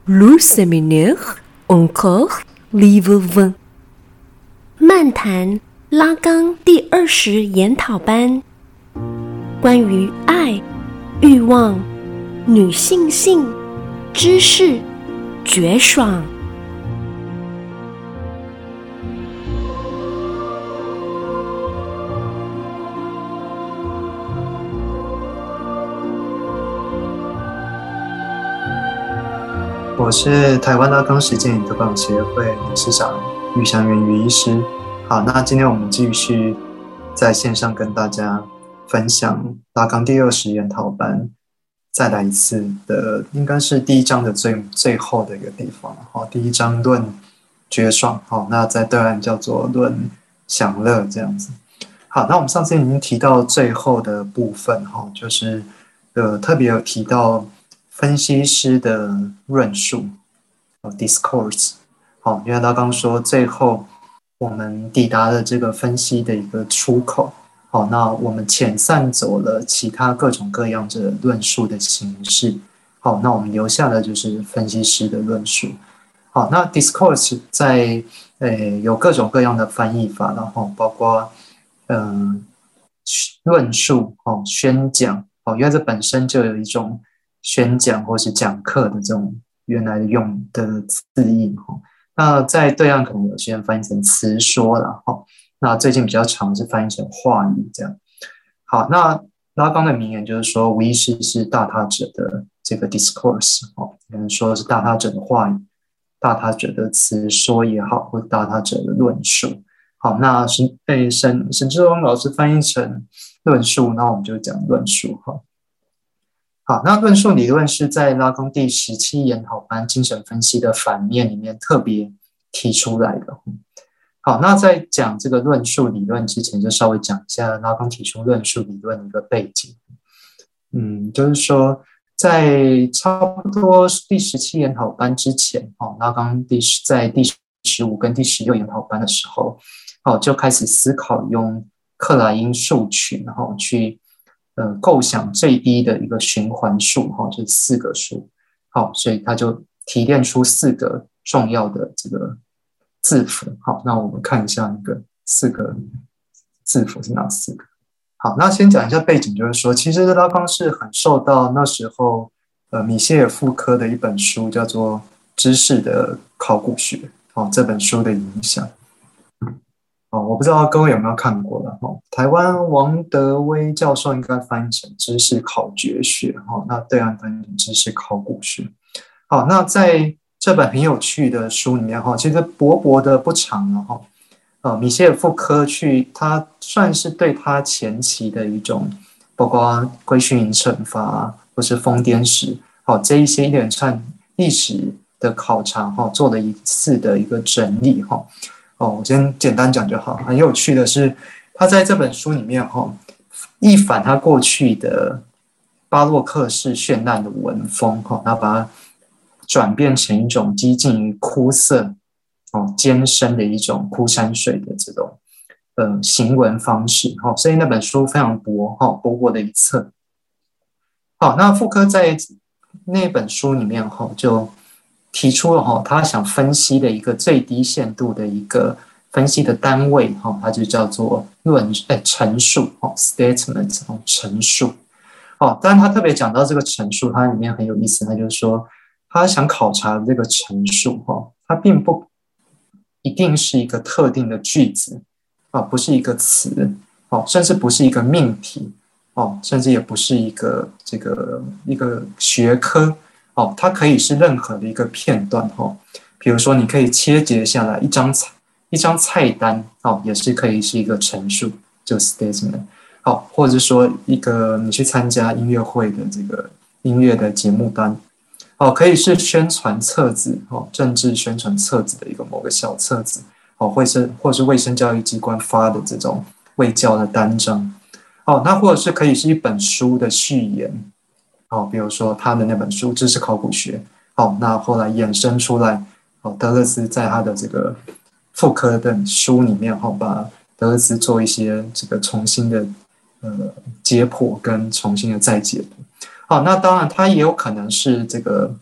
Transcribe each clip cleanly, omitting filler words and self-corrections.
Le séminaire encore livre 20。 漫谈拉冈第20研讨班，关于爱、欲望、女性性、知识、绝爽。 我是台湾拉冈实践与推广协会理事长玉祥元于医师。好，那今天我们继续在线上跟大家分享拉冈第20研讨班再来一次的，应该是第一章的最后的一个地方。第一章论绝爽，那在对岸叫做论享乐这样子。好，那我们上次已经提到最后的部分，就是特别有提到分析师的论述 discourse。 因为他刚说最后我们抵达了这个分析的一个出口，那我们遣散走了其他各种各样的论述的形式，那我们留下的就是分析师的论述。好，那 discourse 在有各种各样的翻译法，然后包括论述、宣讲，因为这本身就有一种宣讲或是讲课的这种原来的用的字义。那在对岸可能有些人翻译成词说啦，那最近比较常是翻译成话语这样。好，那拉冈的名言就是说，无意识是大他者的这个 discourse， 有人说是大他者的话语、大他者的词说也好，或大他者的论述。好，那被沈志荣老师翻译成论述，那我们就讲论述。好，那论述理论是在拉冈第17研讨班精神分析的反面里面特别提出来的。好，那在讲这个论述理论之前，就稍微讲一下拉冈提出论述理论的一个背景。就是说在差不多第17研讨班之前，拉冈在第15跟第16研讨班的时候，就开始思考用克莱因数群，然后去构想最低的一个循环数，就是4个数。好，所以他就提炼出4个重要的这个字符。好，那我们看一下那个4个字符是哪4个。好，那先讲一下背景，就是说其实拉冈是很受到那时候米歇尔傅科的一本书叫做《知识的考古学》这本书的影响。我不知道各位有没有看过了。台湾王德威教授应该翻译成知识考绝学，那对岸翻译成知识考古学。好，那在这本很有趣的书里面，其实薄薄的不长，米歇尔傅科他算是对他前期的一种包括规训营惩罚或是疯癫史这一些一连串历史的考察做了一次的一个整理。我先简单讲就好。很有趣的是，他在这本书里面一反他过去的巴洛克式绚烂的文风，他把它转变成一种接近于枯涩、艰深的一种枯山水的这种行文方式。所以那本书非常薄的一册。好，那傅科在那本书里面就提出了他想分析的一个最低限度的一个分析的单位，它就叫做陈述statement 陈述。当然他特别讲到这个陈述，它里面很有意思，他就是说他想考察这个陈述它并不一定是一个特定的句子不是一个词甚至不是一个命题甚至也不是一个一个学科它可以是任何的一个片段比如说你可以切结下来一张菜单也是可以是一个陈述，就 statement。或者是说一个你去参加音乐会的这个音乐的节目单可以是宣传册子政治宣传册子的一个某个小册子或是卫生教育机关发的这种卫教的单张那或者是可以是一本书的序言比如说他的那本书《知识考古学》那后来衍生出来德勒兹在他的这个傅科的书里面把德勒兹做一些这个重新的解剖跟重新的再解读。那当然它也有可能是这个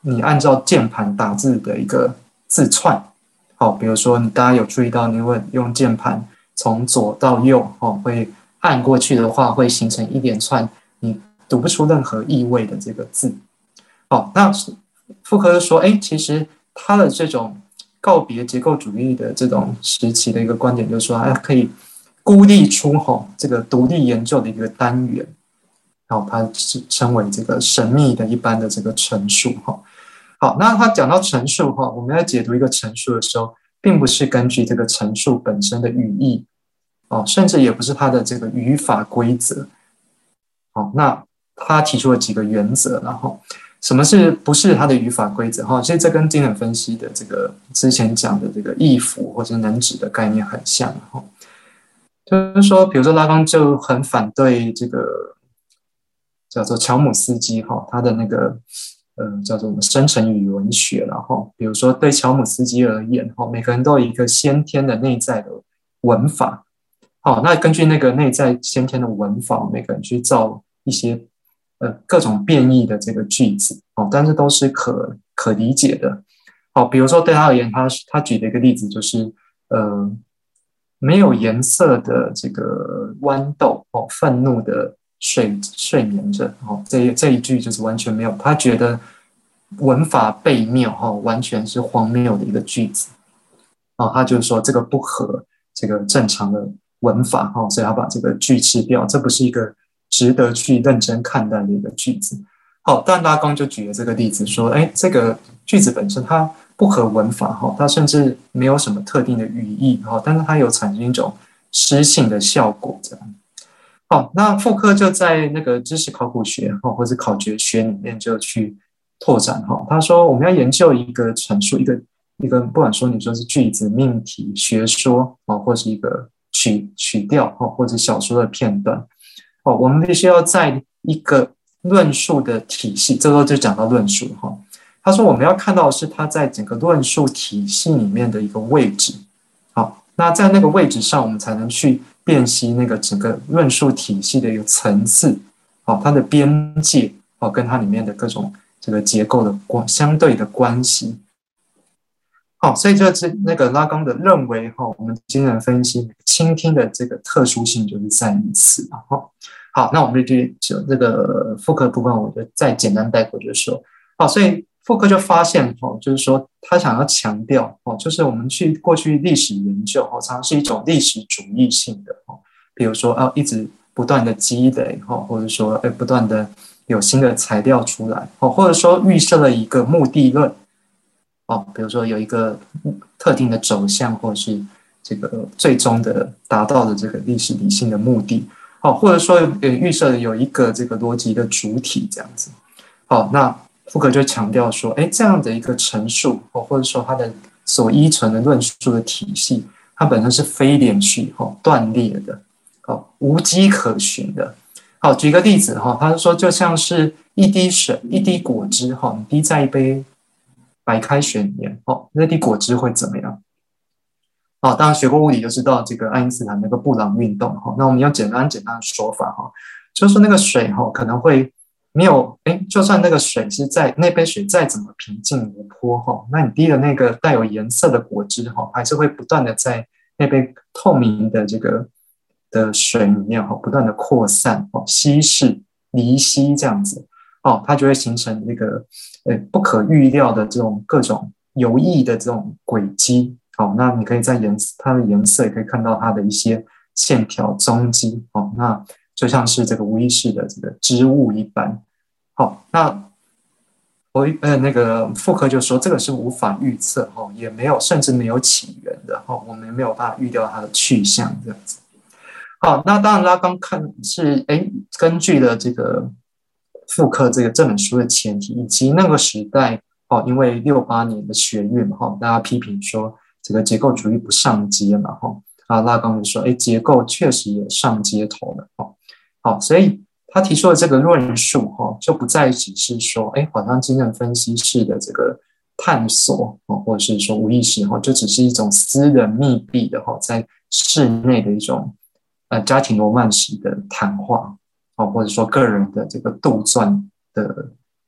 你按照键盘打字的一个字串，好，比如说大家有注意到，你会用键盘从左到右，会按过去的话，会形成一连串你读不出任何意味的这个字。好，那傅柯就说，其实他的这种告别结构主义的这种时期的一个观点，就是说，可以孤立出这个独立研究的一个单元，它是称为这个神秘的一般的这个陈述。好，那他讲到陈述，我们在解读一个陈述的时候，并不是根据这个陈述本身的语义，甚至也不是它的这个语法规则。那他提出了几个原则，然后什么不是它的语法规则？其实这跟精神分析的这个之前讲的这个意符或者能指的概念很像。就是说，比如说拉冈就很反对这个叫做乔姆斯基他的那个叫做生成语文学，然后比如说对乔姆斯基而言，每个人都有一个先天的内在的文法，那根据那个内在先天的文法，每个人去造一些各种变异的这个句子，但是都是可理解的。比如说对他而言，他举的一个例子就是没有颜色的这个豌豆，愤怒的睡眠着，这一句就是完全没有，他觉得文法悖谬，完全是荒谬的一个句子，他就说这个不合这个正常的文法，所以他把这个句吃掉，这不是一个值得去认真看待的一个句子。但拉冈就举了这个例子说，这个句子本身它不合文法，它甚至没有什么特定的语义，但是它有产生一种诗性的效果，这样。那傅柯就在那个知识考古学或者考据学里面就去拓展，他说我们要研究一个陈述，一个不管说你说是句子、命题、学说，或是一个曲调，或者小说的片段，我们必须要在一个论述的体系，这时候就讲到论述。他说我们要看到的是它在整个论述体系里面的一个位置。那在那个位置上，我们才能去辨析那个整个论述体系的一个层次，它的边界，跟它里面的各种这个结构的相对的关系。所以就是那个拉冈的认为，我们精神分析倾听的这个特殊性就是在于此。好，那我们就这个傅柯的部分，我就再简单带过，就是说，所以傅柯就发现，就是说他想要强调，就是我们过去历史研究，常常是一种历史主义性的，比如说一直不断的积累，或者说不断的有新的材料出来，或者说预设了一个目的论，比如说有一个特定的走向，或者是这个最终的达到的这个历史理性的目的，或者说预设有一个这个逻辑的主体这样子。那傅柯就强调说，这样的一个陈述，或者说它的所依存的论述的体系，它本身是非连续、断裂的，无迹可循的。举个例子，他说就像是一滴水、一滴果汁，你滴在一杯白开水里面，那滴果汁会怎么样？当然学过物理就知道这个爱因斯坦那个布朗运动，那我们用简单的说法，就是说那个水可能会没有，就算那个水是在那杯水再怎么平静无波，那你滴的那个带有颜色的果汁，还是会不断的在那杯透明的这个的水里面不断的扩散、稀释、离析这样子，它就会形成那个不可预料的这种各种游弋的这种轨迹。那你可以在它的颜色也可以看到它的一些线条踪迹，那就像是这个无意识的这个织物一般。那那个傅柯就说这个是无法预测，也没有甚至没有起源的，我们没有办法预料它的去向这样子。那当然拉冈看是根据了这个傅柯这本书的前提，以及那个时代因为68年的学运大家批评说这个结构主义不上街嘛，拉冈就说结构确实也上街头了，所以他提出的这个论述就不再只是说好像精神分析式的这个探索或者是说无意识就只是一种私人密闭的在室内的一种家庭罗曼史的谈话，或者说个人的这个杜撰的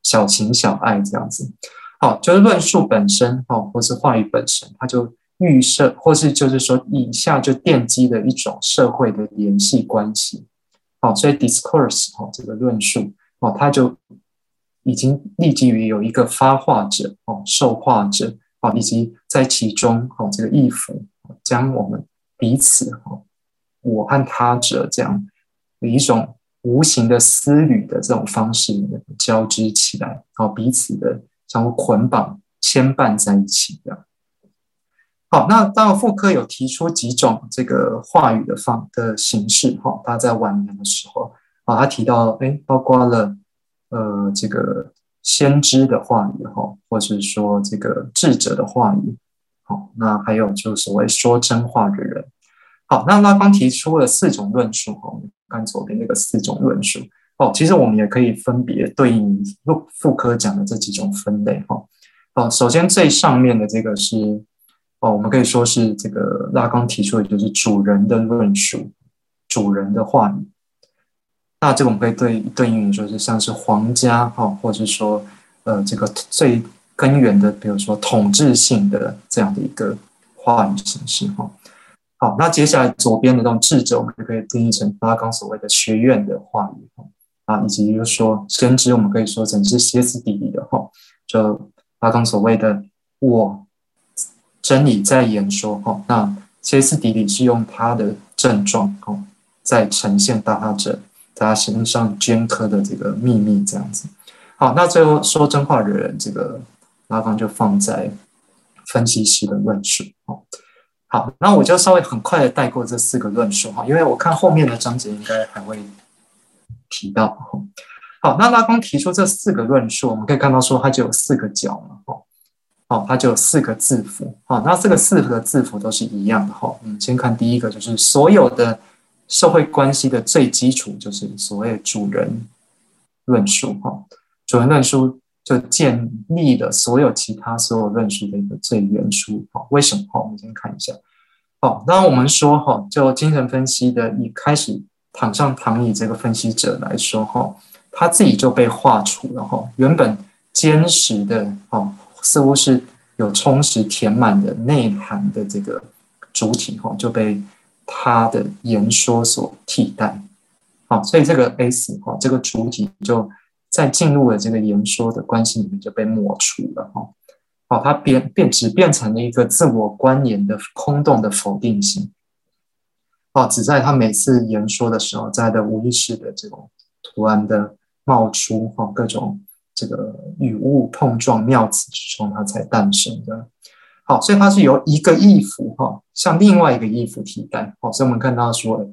小情小爱这样子。好，就是论述本身或是话语本身，它就预设或是就是说以下就奠基的一种社会的联系关系。好，所以 discourse 这个论述它就已经立基于有一个发话者受话者以及在其中这个意符将我们彼此我和他者这样一种无形的思虑的这种方式交织起来，彼此的相互捆绑牵绊在一起的。好，那当然傅科有提出几种这个话语的形式他在晚年的时候他提到包括了这个先知的话语或者说这个智者的话语，好，那还有就是所谓说真话的人。好，那拉康提出了4种论述看左边那个4种论述其实我们也可以分别对应傅科讲的这几种分类首先最上面的这个是我们可以说是这个拉康提出的就是主人的论述，主人的话语。那这个我们可以对应就是像是皇家或者说这个最根源的比如说统治性的这样的一个话语形式好，那接下来左边的这种智者我们就可以定义成拉康所谓的学院的话语以及就是说先知我们可以说成是歇斯底里的就拉康所谓的我真理在言说那歇斯底里是用他的症状在呈现到他者在他身上镌刻的这个秘密这样子。好，那最后说真话的人这个拉康就放在分析师的论述好，那我就稍微很快的带过这4个论述因为我看后面的章节应该还会提到好，那拉康提出这4个论述，我们可以看到说它就有4个角嘛它就有4个字符那这个4个字符都是一样的我们先看第一个，就是所有的社会关系的最基础就是所谓的主人论述主人论述就建立了所有其他所有论述的一个最原初为什么我们先看一下当然我们说就精神分析的一开始躺上躺椅这个分析者来说他自己就被画出了原本坚实的似乎是有充实填满的内涵的这个主体就被他的言说所替代所以这个 S 这个主体就在进入了这个言说的关系里面就被抹除了它只变成了一个自我关联的空洞的否定性只在他每次言说的时候，在他的无意识的这种突然的冒出各种这个语物碰撞妙词之中，它才诞生的。好，所以它是由一个意符向另外一个意符替代所以我们看到说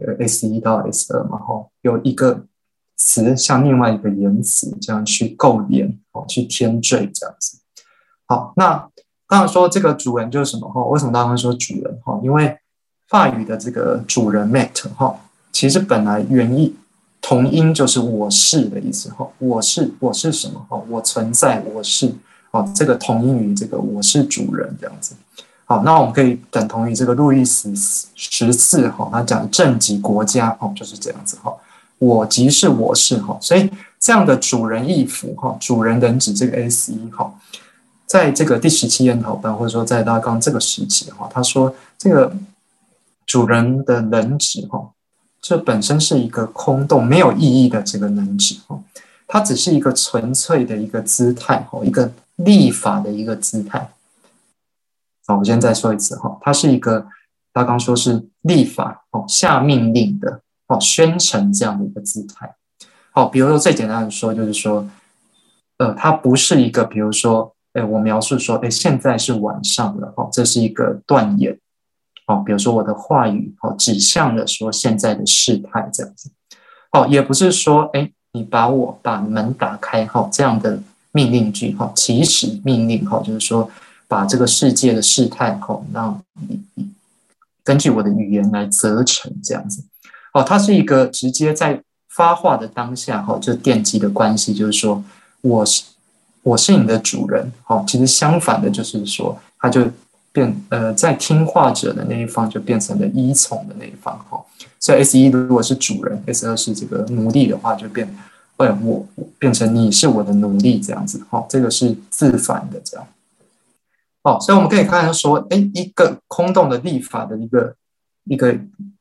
S1 到 S2 嘛有一个词向另外一个言词这样去构连去添缀这样子。好，那刚刚说这个主人就是什么为什么刚刚说主人因为法语的这个主人 maître 其实本来原意同音就是我是的意思我是什么我存在我是这个同音于这个我是主人这样子。好，那我们可以等同于这个路易十四他讲政及国家就是这样子我即是我是所以这样的主人意符主人人指这个 S1在这个第17研讨班或者说在拉康这个时期他说这个主人的人指这本身是一个空洞没有意义的这个人指它只是一个纯粹的一个姿态一个立法的一个姿态。好，我先再说一次它是一个拉康说是立法下命令的宣称这样的一个姿态。好，比如说最简单的说就是说它不是一个比如说我描述说现在是晚上了这是一个断言比如说我的话语指向了说现在的事态这样子也不是说你把门打开这样的命令句起始命令就是说把这个世界的事态让你根据我的语言来责成这样子它是一个直接在发话的当下就奠基的从系就是说我是你的主人其实相反的就是说它就在听话者的那一方就变成了依从的那一方所以 S1 如果是主人 S2 是这个奴隶的话就变我变成你是我的奴隶这样子，这个是自反的这样。所以我们可以看到说，一个空洞的立法的一个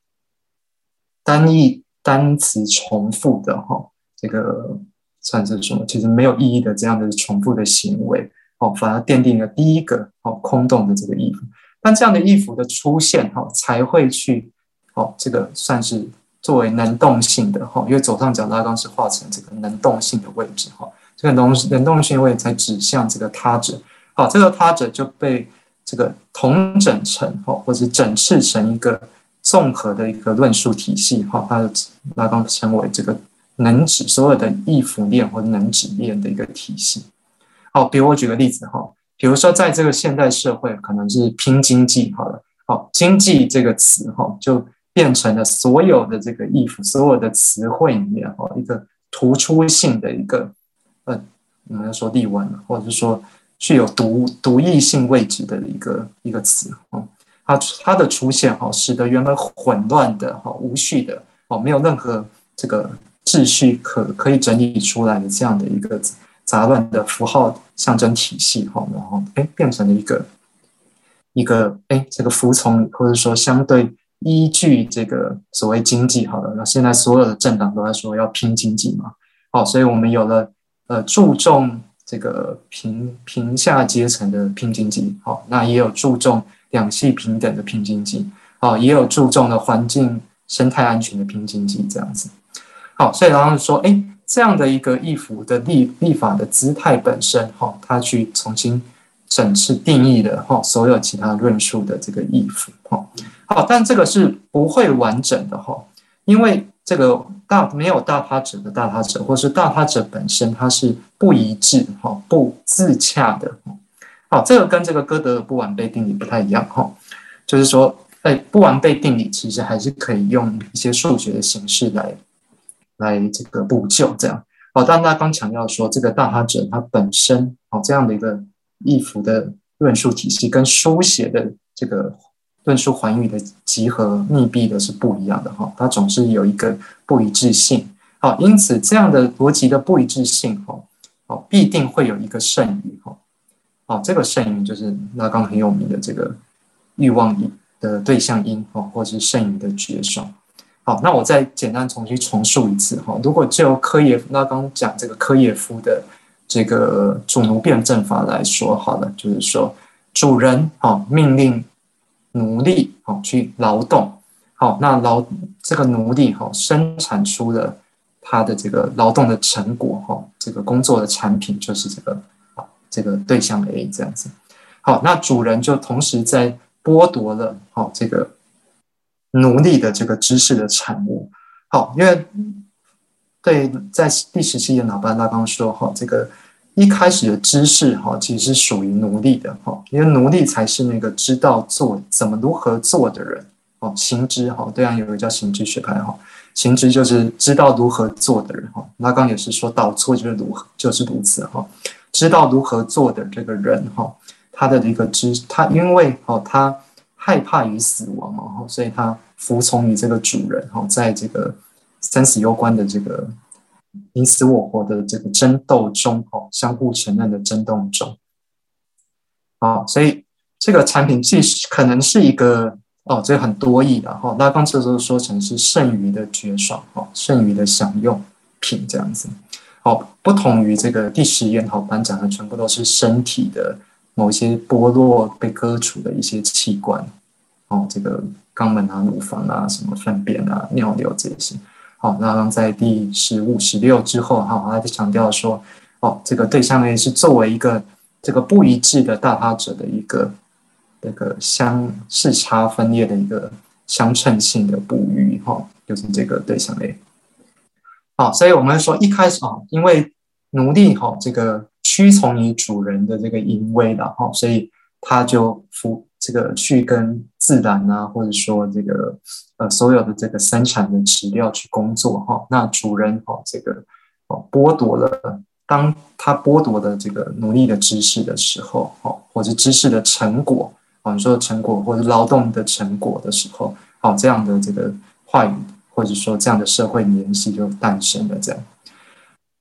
单词重复的这个算是什么？其实没有意义的这样的重复的行为，反而奠定了第一个空洞的这个意符。但这样的意符的出现才会去这个算是作为能动性的因为左上角拉纲是画成这个能动性的位置这个能动性的位置才指向这个他者。这个他者就被这个统整成或者整饰成一个综合的一个论述体系它拉纲称为这个能指所有的意符链或能指链的一个体系。比如我举个例子比如说在这个现代社会可能是拼经济好了，经济这个词就变成了所有的这个意符所有的词汇里面一个突出性的一个我们要说例文或者是说具有独异性位置的一个词它的出现使得原本混乱的无序的没有任何这个秩序可以整理出来的这样的一个杂乱的符号象征体系然后变成了一个这个服从或者说相对依据这个所谓经济好了，那现在所有的政党都在说要拼经济嘛所以我们有了注重这个贫下阶层的拼经济那也有注重两性平等的拼经济也有注重了环境生态安全的拼经济这样子所以然后说这样的一个意符的立法的姿态本身它去重新整治定义的所有其他论述的这个意符但这个是不会完整的因为这个没有大他者的大他者，或是大他者本身它是不一致不自洽的这个跟这个哥德尔不完备定理不太一样就是说不完备定理其实还是可以用一些数学的形式来这个补救这样但他刚强调说这个大他者它本身这样的一个意符的论述体系跟书写的这个论述寰宇的集合密闭的是不一样的它总是有一个不一致性因此这样的逻辑的不一致性必定会有一个剩余这个剩余就是拉纲很有名的这个欲望的对象因或者是剩余的绝爽那我再简单重新重述一次如果就拉纲讲这个科耶夫的这个主奴辩证法来说好了，就是说主人命令奴隶去劳动那这个奴隶生产出了他的这个劳动的成果这个工作的产品就是这个对象 A 这样子那主人就同时在剥夺了这个奴隶的这个知识的产物因为对在第17研讨班拉纲说这个一开始的知识其实是属于奴隶的因为奴隶才是那个知道如何做的人行知对岸有一个叫行知学派行知就是知道如何做的人拉纲也是说导错就是如此知道如何做的这个人他的一个他因为他害怕于死亡所以他服从于这个主人在这个生死攸关的这个你死我活的这个争斗中相互承认的争斗中所以这个产品既可能是一个这个很多义的拉纲这时候说成是剩余的绝爽剩余的享用品这样子不同于这个第10研讨班讲的全部都是身体的某些剥落被割除的一些器官这个肛门乳房什么粪便尿流这些那在第15、16之后他就强调说这个对象 A 是作为一个这个不一致的大他者的一个这个视差分裂的一个相称性的哺育就是这个对象 A所以我们说一开始因为奴隶这个屈从于主人的这个淫威的所以他就这个去跟自然或者说这个所有的这个生产的质料去工作那主人这个剥夺了，当他剥夺了这个奴隶的知识的时候或者知识的成果你说成果或者劳动的成果的时候这样的这个话语或者说这样的社会联系就诞生了这样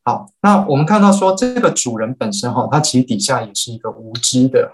好，那我们看到说这个主人本身他其实底下也是一个无知的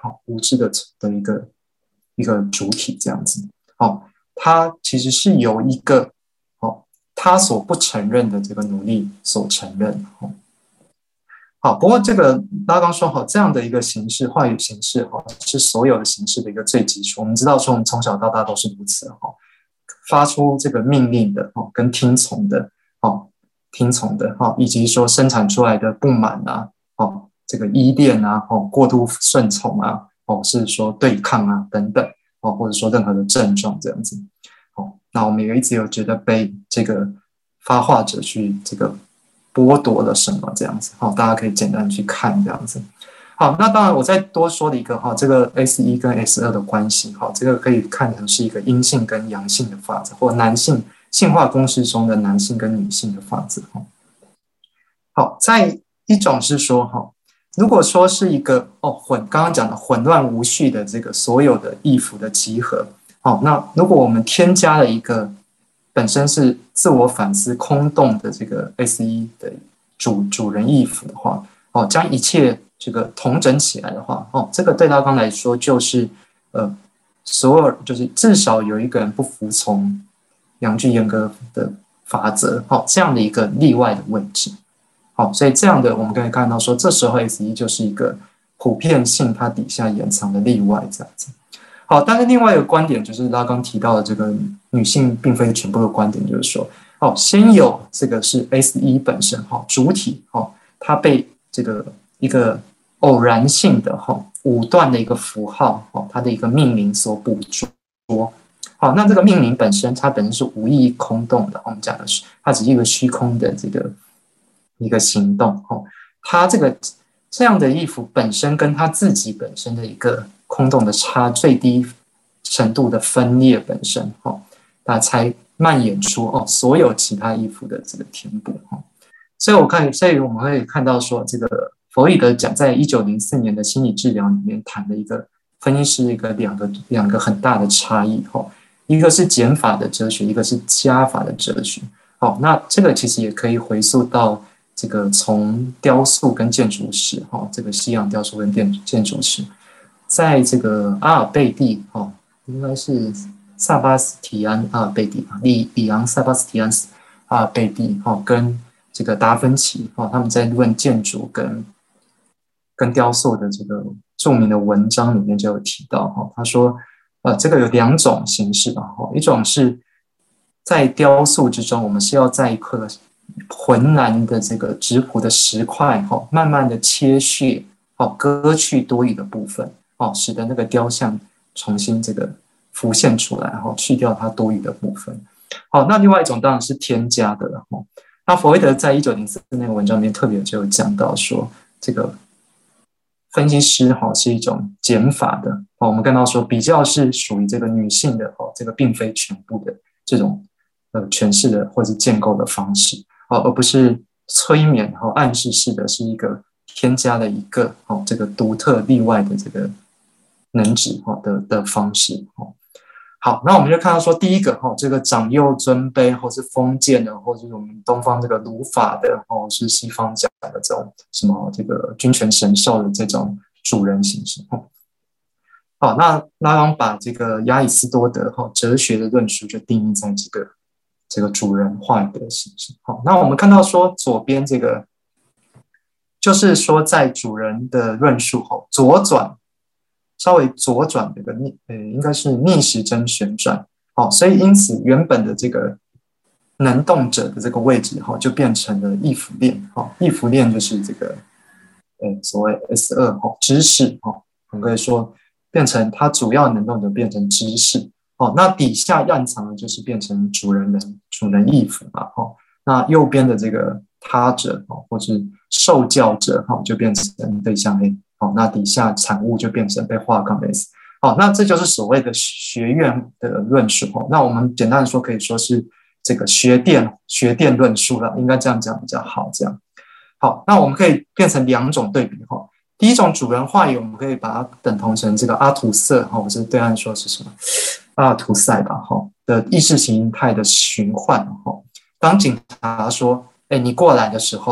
一个主体这样子。他其实是由一个他所不承认的这个奴隶所承认。好，不过这个拉冈说这样的一个形式，话语形式是所有的形式的一个最基础。我们知道说我们从小到大都是如此发出这个命令的跟听从的以及说生产出来的不满啊这个依恋啊过度顺从啊是说对抗啊等等或者说任何的症状这样子。那我们也一直有觉得被这个发话者去这个剥夺了什么这样子。大家可以简单去看这样子。好，那当然我再多说了一个这个 S1 跟 S2 的关系。这个可以看成是一个阴性跟阳性的法则，或男性性化公式中的男性跟女性的法则。好，再一种是说如果说是一个刚刚讲的混乱无序的这个所有的意符的集合，那如果我们添加了一个本身是自我反思空洞的这个 S1 的主人意符的话，将一切这个统整起来的话，这个对拉冈来说就是所有就是至少有一个人不服从阳具严格的法则，这样的一个例外的位置。所以这样的我们可以看到说，这时候 S1 就是一个普遍性它底下掩藏的例外这样子。好，但是另外一个观点就是拉冈提到的这个女性并非全部的观点，就是说先有这个是 S1 本身主体它被这个一个偶然性的武断的一个符号它的一个命名所捕捉。那这个命名本身它本身是无意义空洞的，我们讲的是它只是一个虚空的这个一个行动。它这样的意符本身跟它自己本身的一个空洞的最低程度的分裂本身它才蔓延出所有其他意符的这个填补。所以我们会看到说，这个弗洛伊德在1904年的心理治疗里面谈的一个分析是一个两个很大的差异。一个是减法的哲学，一个是加法的哲学。那这个其实也可以回溯到这个从雕塑跟建筑史这个西洋雕塑跟建筑史，在这个阿尔贝蒂应该是萨巴斯提安阿尔贝蒂里昂萨巴斯提安阿尔贝蒂跟这个达芬奇他们在论建筑跟雕塑的这个著名的文章里面就有提到他说这个有两种形式一种是在雕塑之中，我们是要在一颗浑然的这个质朴的石块慢慢的切削割去多余的部分使得那个雕像重新这个浮现出来去掉它多余的部分。那另外一种当然是添加的了。那弗洛伊德在1904那个文章里面特别就有讲到说，这个分析师是一种减法的我们看到说比较是属于这个女性的这个并非全部的这种诠释的或是建构的方式而不是催眠暗示式的是一个添加了一个这个独特例外的这个能指的方式。好，那我们就看到说，第一个这个长幼尊卑，或是封建的，或是我们东方这个儒法的，是西方讲的这种什么这个君权神授的这种主人形式。好，那拉冈把这个亚里士多德哲学的论述就定义在这个主人话语的形式。好，那我们看到说左边这个就是说在主人的论述左转。稍微左转这个应该是逆时针旋转所以因此原本的这个能动者的这个位置就变成了意符链意符链就是这个所谓 S2知识我们可以说变成它主要能动者变成知识那底下暗藏的就是变成主人意符嘛那右边的这个他者或是受教者就变成对象 A那底下产物就变成被画杠 S。那这就是所谓的学院的论述那我们简单的说可以说是这个学店论述了，应该这样讲比较好。这样好，那我们可以变成两种对比第一种主人话语，我们可以把它等同成这个阿土色或是对岸说是什么阿尔图塞吧的意识形态的循环当警察说你过来的时候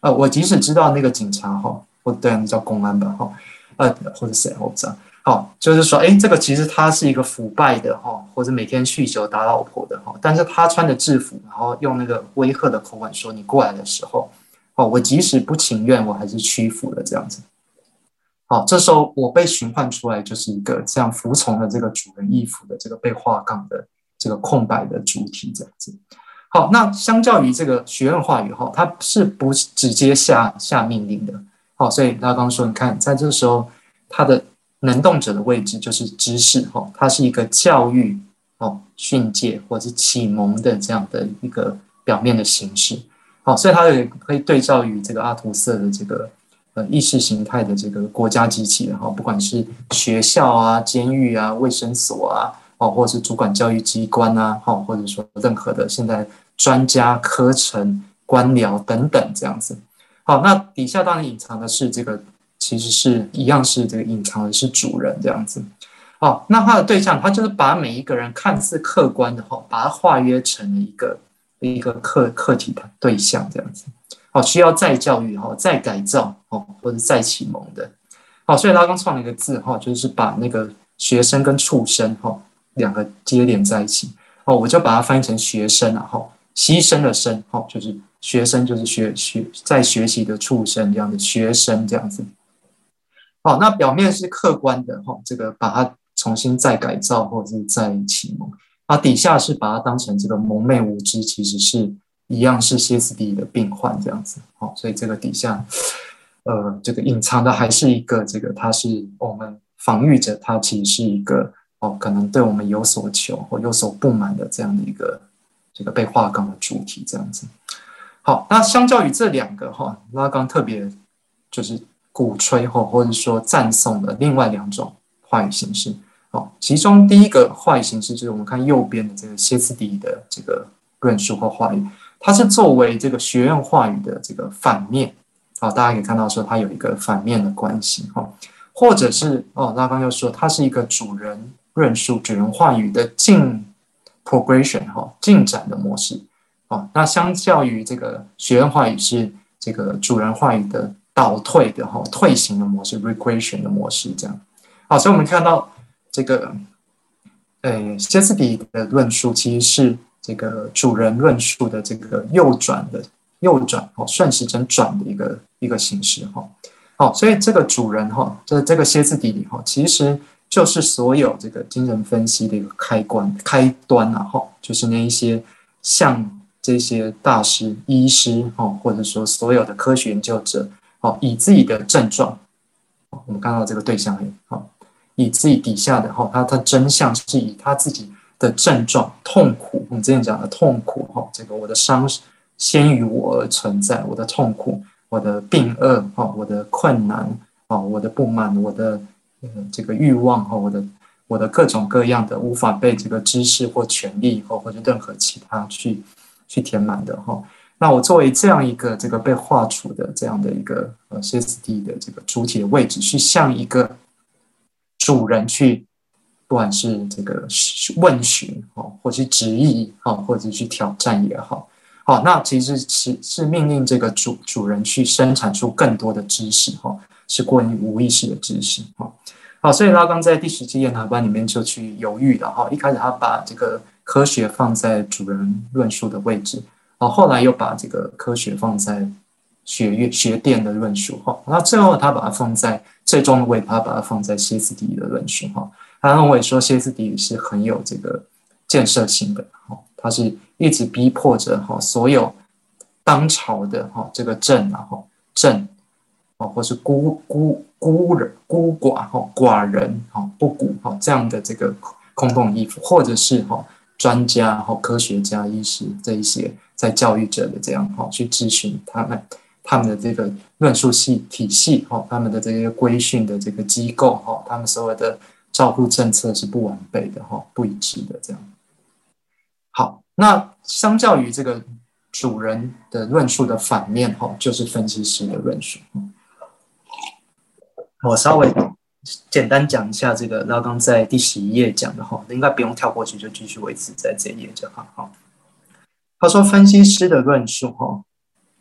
我即使知道那个警察哈，或对叫公安吧哈，或者谁我不知道。好，就是说，这个其实他是一个腐败的哈，或者每天酗酒打老婆的哈，但是他穿着制服，然后用那个威吓的口吻说你过来的时候，我即使不情愿，我还是屈服了这样子。好，这时候我被寻唤出来，就是一个这样服从了这个主人意符的这个被划杠的这个空白的主体这样子。好，那相较于这个学院话语哈，它是不直接下命令的。好，所以他刚刚说，你看，在这个时候，它的能动者的位置就是知识哈，它是一个教育训诫或者是启蒙的这样的一个表面的形式。好，所以它也可以对照于这个阿图色的这个意识形态的这个国家机器哈，不管是学校啊、监狱啊、卫生所啊，或者是主管教育机关啊，或者说任何的现在专家、课程、官僚等等这样子。好，那底下当然隐藏的是这个。其实是一样，是这个隐藏的是主人这样子。那他的对象，他就是把每一个人看似客观的把它化约成了一个客体的对象这样子。需要再教育再改造或者再启蒙的。所以拉冈创了一个字就是把那个学生跟畜生两个接连在一起。我就把它翻译成学生牺牲的生就是学生就是在学习的畜生这样的学生这样子。那表面是客观的这个把它重新再改造或者是再启蒙，底下是把它当成这个蒙昧无知，其实是一样是歇斯底里的病患这样子。所以这个底下这个隐藏的还是一个这个它是我们防御者，它其实是一个可能对我们有所求或有所不满的这样的一个这个被划杠的主体这样子。好，那相较于这两个拉冈特别就是鼓吹或者说赞颂的另外两种话语形式。其中第一个话语形式就是我们看右边的这个歇斯底里的这个论述或话语，它是作为这个学院话语的这个反面。大家可以看到说它有一个反面的关系。或者是拉冈又说它是一个主人论述、主人话语的progression 进展的模式。那相较于这个学院话语是这个主人话语的倒退的退行的模式 regression 的模式这样。所以我们看到这个歇斯底里的论述其实是这个主人论述的这个右转顺时针转的一个形式。所以这个主人这个歇斯底里其实就是所有这个精神分析的一个开端就是那一些像这些大师、医师或者说所有的科学研究者以自己的症状，我们看到这个对象以自己底下的他的真相是以他自己的症状痛苦，我们之前讲的痛苦这个我的伤先于我而存在，我的痛苦、我的病厄我的困难我的不满、我的这个欲望我的各种各样的无法被这个知识或权力或者任何其他去填满的那我作为这样一个这个被划除的这样的一个歇斯底里的这个主体的位置，去向一个主人去，不管是这个问询或是质疑或者去挑战也好，那其实是命令这个主人去生产出更多的知识是关于无意识的知识所以拉冈在第17研讨班里面就去犹豫了一开始他把这个科学放在主人论述的位置，后来又把这个科学放在学殿的论述那最后他把它放在最终的位置，他把它放在歇斯底里的论述他认为说歇斯底里是很有这个建设性的他是一直逼迫着所有当朝的这个正或是孤寡人不古这样的这个空洞义符，或者是专家科学家、医师这一些在教育者的这样去咨询他们的这个论述体系他们的这些规训的这个机构他们所有的照护政策是不完备的不一致的这样。好，那相较于这个主人的论述的反面就是分析师的论述。我稍微简单讲一下这个拉冈在第11页讲的应该不用跳过去，就继续维持在这一页就好。他说分析师的论述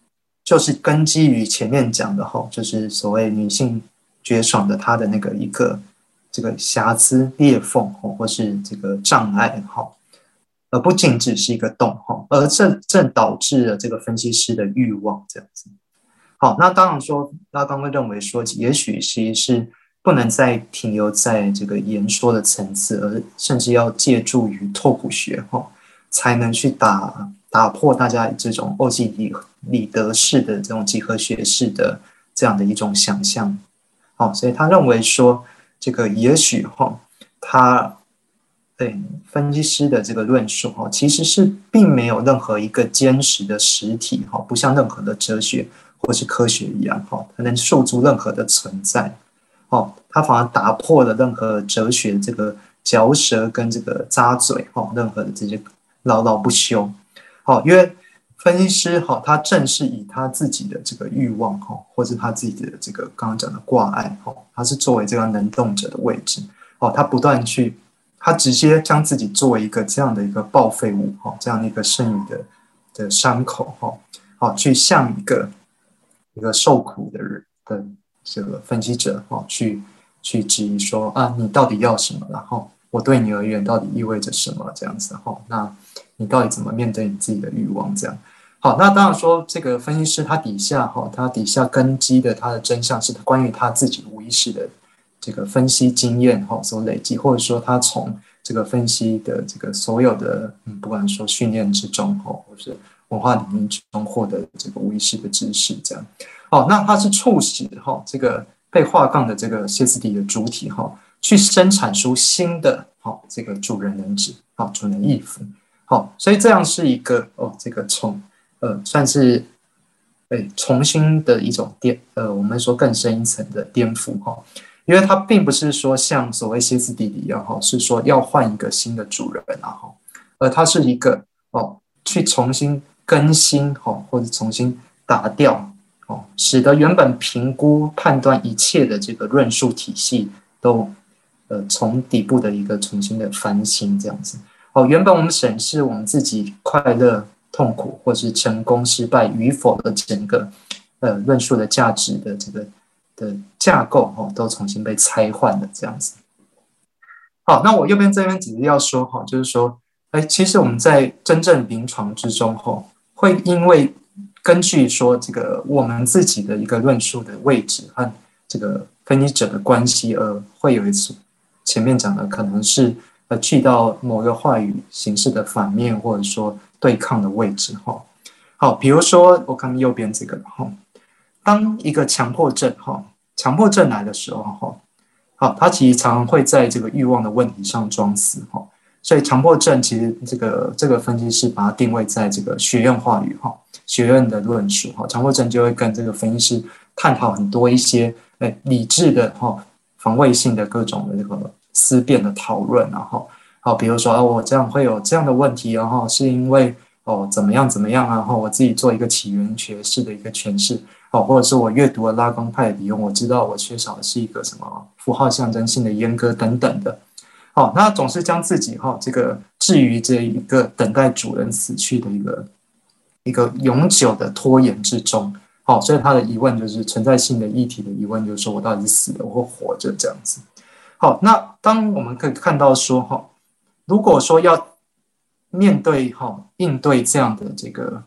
就是根基于前面讲的就是所谓女性绝爽的她的那个一个这个瑕疵裂缝或是这个障碍而不仅只是一个洞而正导致了这个分析师的欲望这样子。好，那当然说拉冈会认为说，也许其实是不能再停留在这个言说的层次，而甚至要借助于拓扑学才能去打破大家这种欧几里得式的这种几何学式的这样的一种想象。所以他认为说，这个也许他分析师的这个论述其实是并没有任何一个坚实的实体不像任何的哲学或是科学一样它能诉诸任何的存在它反而打破了任何哲学这个嚼舌跟这个扎嘴任何的这些唠唠不休因为分析师他正是以他自己的这个欲望或是他自己的这个刚刚讲的挂碍他是作为这个能动者的位置他不断去他直接将自己作为一个这样的一个报废物这样的一个剩余的伤口去向一个受苦的人的这个分析者去质疑说你到底要什么，然后我对你而言到底意味着什么这样子那你到底怎么面对你自己的欲望这样。好，那当然说这个分析师他底下根基的他的真相是关于他自己无意识的这个分析经验所累积，或者说他从这个分析的这个所有的不管说训练之中或是文化领域中获得这个无意识的知识这样。那它是促使这个被划杠的这个歇斯底的主体去生产出新的这个主人人质主人义父所以这样是一个这个算是重新的一种我们说更深一层的颠覆因为它并不是说像所谓歇斯底里一样是说要换一个新的主人而它是一个去重新更新或者重新打掉使得原本评估判断一切的这个论述体系都从底部的一个重新的翻新这样子原本我们审视我们自己快乐痛苦或是成功失败与否的整个论述的价值的这个的架构都重新被拆换了这样子。好，那我右边这边只是要说就是说其实我们在真正临床之中会因为根据说这个我们自己的一个论述的位置和这个分析者的关系而会有一次前面讲的可能是去到某个话语形式的反面或者说对抗的位置好，比如说我看右边这个当一个强迫症来的时候它其实常常会在这个欲望的问题上装死所以强迫症其实这个分析师把它定位在这个学院话语学院的论述强迫症就会跟这个分析师探讨很多一些理智的防卫性的各种的这个思辨的讨论比如说我这样会有这样的问题是因为怎么样我自己做一个起源学式的一个诠释或者是我阅读了拉冈派的理论，我知道我缺少的是一个什么符号象征性的阉割等等的那总是将自己这个置于这一个等待主人死去的一个永久的拖延之中所以他的疑问就是存在性的议题的疑问，就是说我到底是死了或活着这样子。那当我们可以看到说如果说要面对应对这样的这个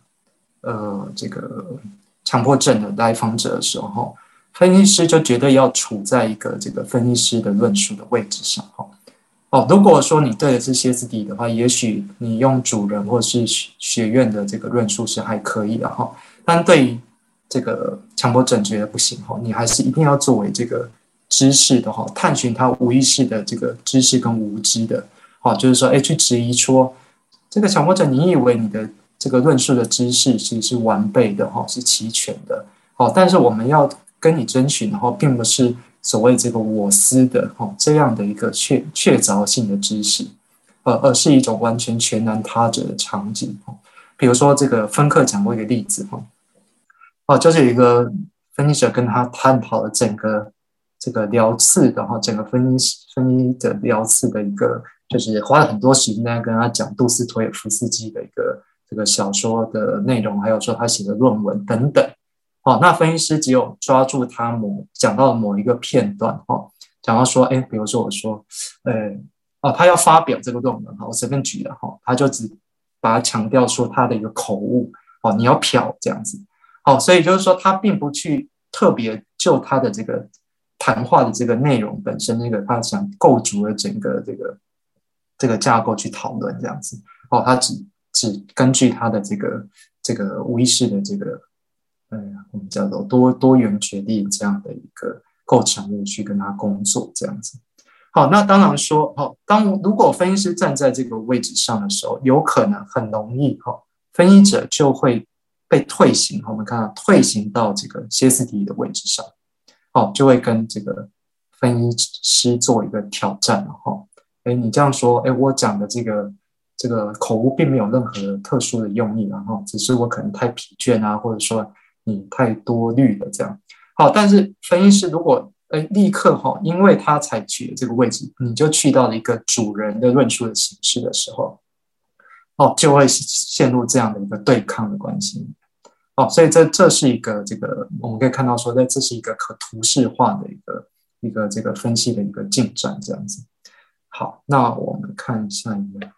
强迫症的来访者的时候分析师就绝对要处在一个这个分析师的论述的位置上如果说你对的是歇斯底的话，也许你用主人或是学院的这个论述是还可以的但对于这个强迫症觉得不行你还是一定要作为这个知识的探寻他无意识的这个知识跟无知的就是说去质疑说这个强迫症你以为你的这个论述的知识其实是完备的是齐全的但是我们要跟你征询并不是所谓这个我思的这样的一个确凿性的知识而是一种完全全然他者的场景比如说这个芬克讲过一个例子就是有一个分析者跟他探讨了整个这个疗次的整个分析的疗次的一个就是花了很多时间跟他讲杜斯妥也夫斯基的一个这个小说的内容，还有说他写的论文等等那分析师只有抓住他讲到某一个片段，讲到说，比如说我说，他要发表这个论文，我随便举了，他就只把它强调说他的一个口误，你要漂这样子，所以就是说他并不去特别就他的这个谈话的这个内容本身，那个他想构筑的整个这个架构去讨论这样子，他只根据他的这个无意识的这个我们叫做多元决定这样的一个构成物去跟他工作这样子。好，那当然说，如果分析师站在这个位置上的时候，有可能很容易，分析者就会被退行，我们看到退行到这个歇斯底里的位置上，就会跟这个分析师做一个挑战，你这样说，我讲的这个口误并没有任何特殊的用意，只是我可能太疲倦啊，或者说你太多虑了这样。好，但是分析师如果立刻因为他采取了这个位置，你就去到了一个主人的论述的形式的时候，就会陷入这样的一个对抗的关系。所以这是一个这个我们可以看到说，这是一个可图示化的一个这个分析的一个进展这样子。好，那我们看下一页。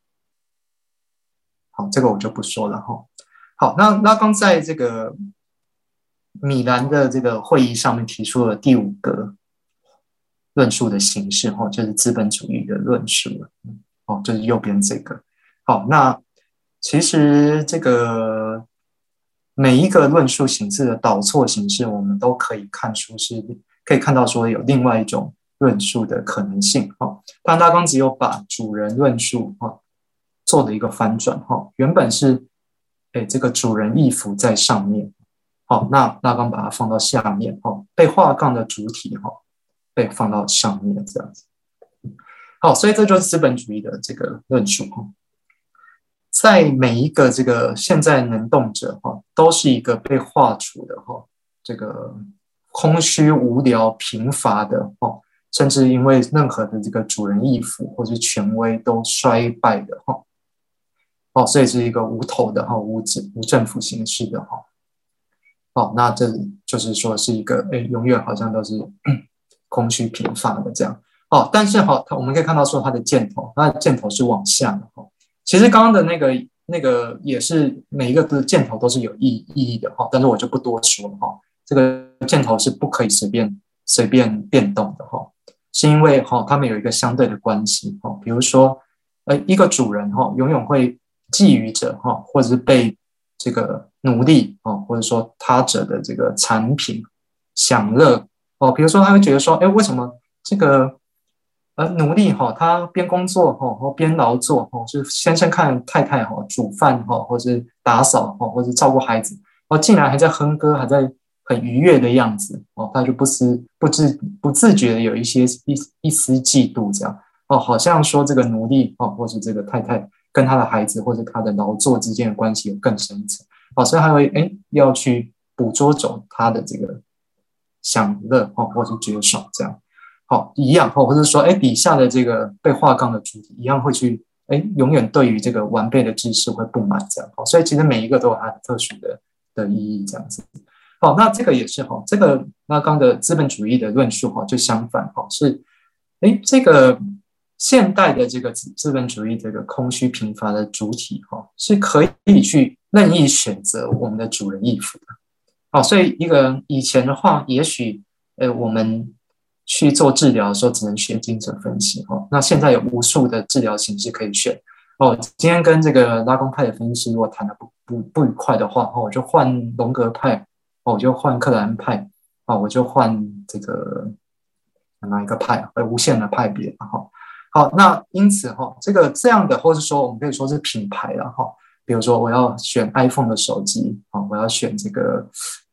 好，这个我就不说了哈。好，那刚在这个米兰的这个会议上面提出了第5个论述的形式，就是资本主义的论述了，就是右边这个。好，那其实这个每一个论述形式的导错形式，我们都可以看到说有另外一种论述的可能性。但他刚只有把主人论述做了一个翻转，原本是这个主人意符在上面，那拉冈把它放到下面，被划杠的主体被放到上面这样子。好，所以这就是资本主义的这个论述。在每一个这个现在能动者都是一个被划除的这个空虚无聊贫乏的甚至因为任何的这个主人意符或是权威都衰败的所以是一个无头的无政府形式的那这就是说是一个永远好像都是空虚贫乏的这样但是我们可以看到说它的箭头是往下的其实刚刚的那个也是每一个的箭头都是有意义的但是我就不多说了这个箭头是不可以随便变动的是因为他们有一个相对的关系比如说一个主人永远会觊觎着或者是被这个奴隶或者说他者的这个产品享乐比如说他会觉得说为什么这个奴隶他边工作边劳作是先生看太太煮饭或是打扫或是照顾孩子竟然还在哼歌，还在很愉悦的样子他就不自觉的有一丝嫉妒这样好像说这个奴隶或是这个太太跟他的孩子或者他的劳作之间的关系有更深一层所以他会要去捕捉走他的这个享乐或是绝爽这样一样或者说底下的这个被划杠的主体一样会去永远对于这个完备的知识会不满这样所以其实每一个都有它的特殊的意义这样子那这个也是这个拉冈的资本主义的论述就相反是这个现代的这个资本主义这个空虚贫乏的主体是可以去任意选择我们的主人意符的所以一个以前的话也许我们去做治疗的时候只能学精神分析那现在有无数的治疗形式可以选今天跟这个拉贡派的分析师如果谈得不愉快的话我就换荣格派我就换克兰派我就换这个哪一个派无限的派别好那因此这样的或是说我们可以说是品牌了比如说我要选 iPhone 的手机我要选这个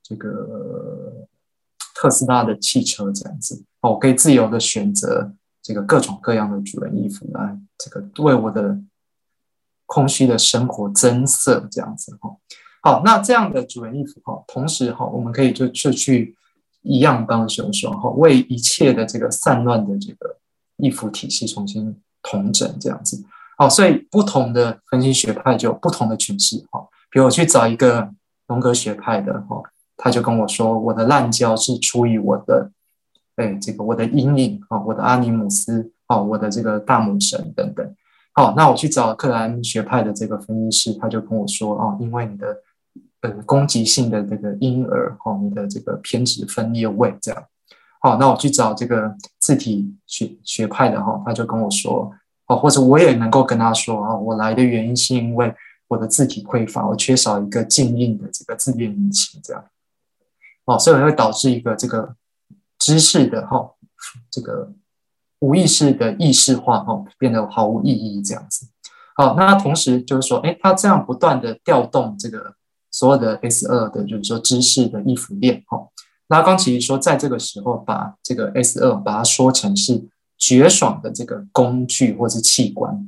特斯拉的汽车这样子我可以自由的选择这个各种各样的主人意符来这个为我的空虚的生活增色这样子好那这样的主人意符同时我们可以就去一样刚刚所说为一切的这个散乱的这个意符体系重新统整这样子所以不同的分析学派就有不同的诠释比如我去找一个荣格学派的他就跟我说，我的滥交是出于我的，这个我的阴影我的阿尼姆斯我的这个大母神等等。那我去找克莱恩学派的这个分析师，他就跟我说因为你的攻击性的这个婴儿你的这个偏执分裂位这样。那我去找这个自体学派的他就跟我说或者我也能够跟他说我来的原因是因为我的字体匮乏，我缺少一个静音的这个自恋引擎这样。所以会导致一个这个知识的这个无意识的意识化变得毫无意义这样子。那同时就是说他这样不断的调动这个所有的 S2 的就是说知识的衣服链拉冈其实说在这个时候把这个 S2 把它说成是绝爽的这个工具或是器官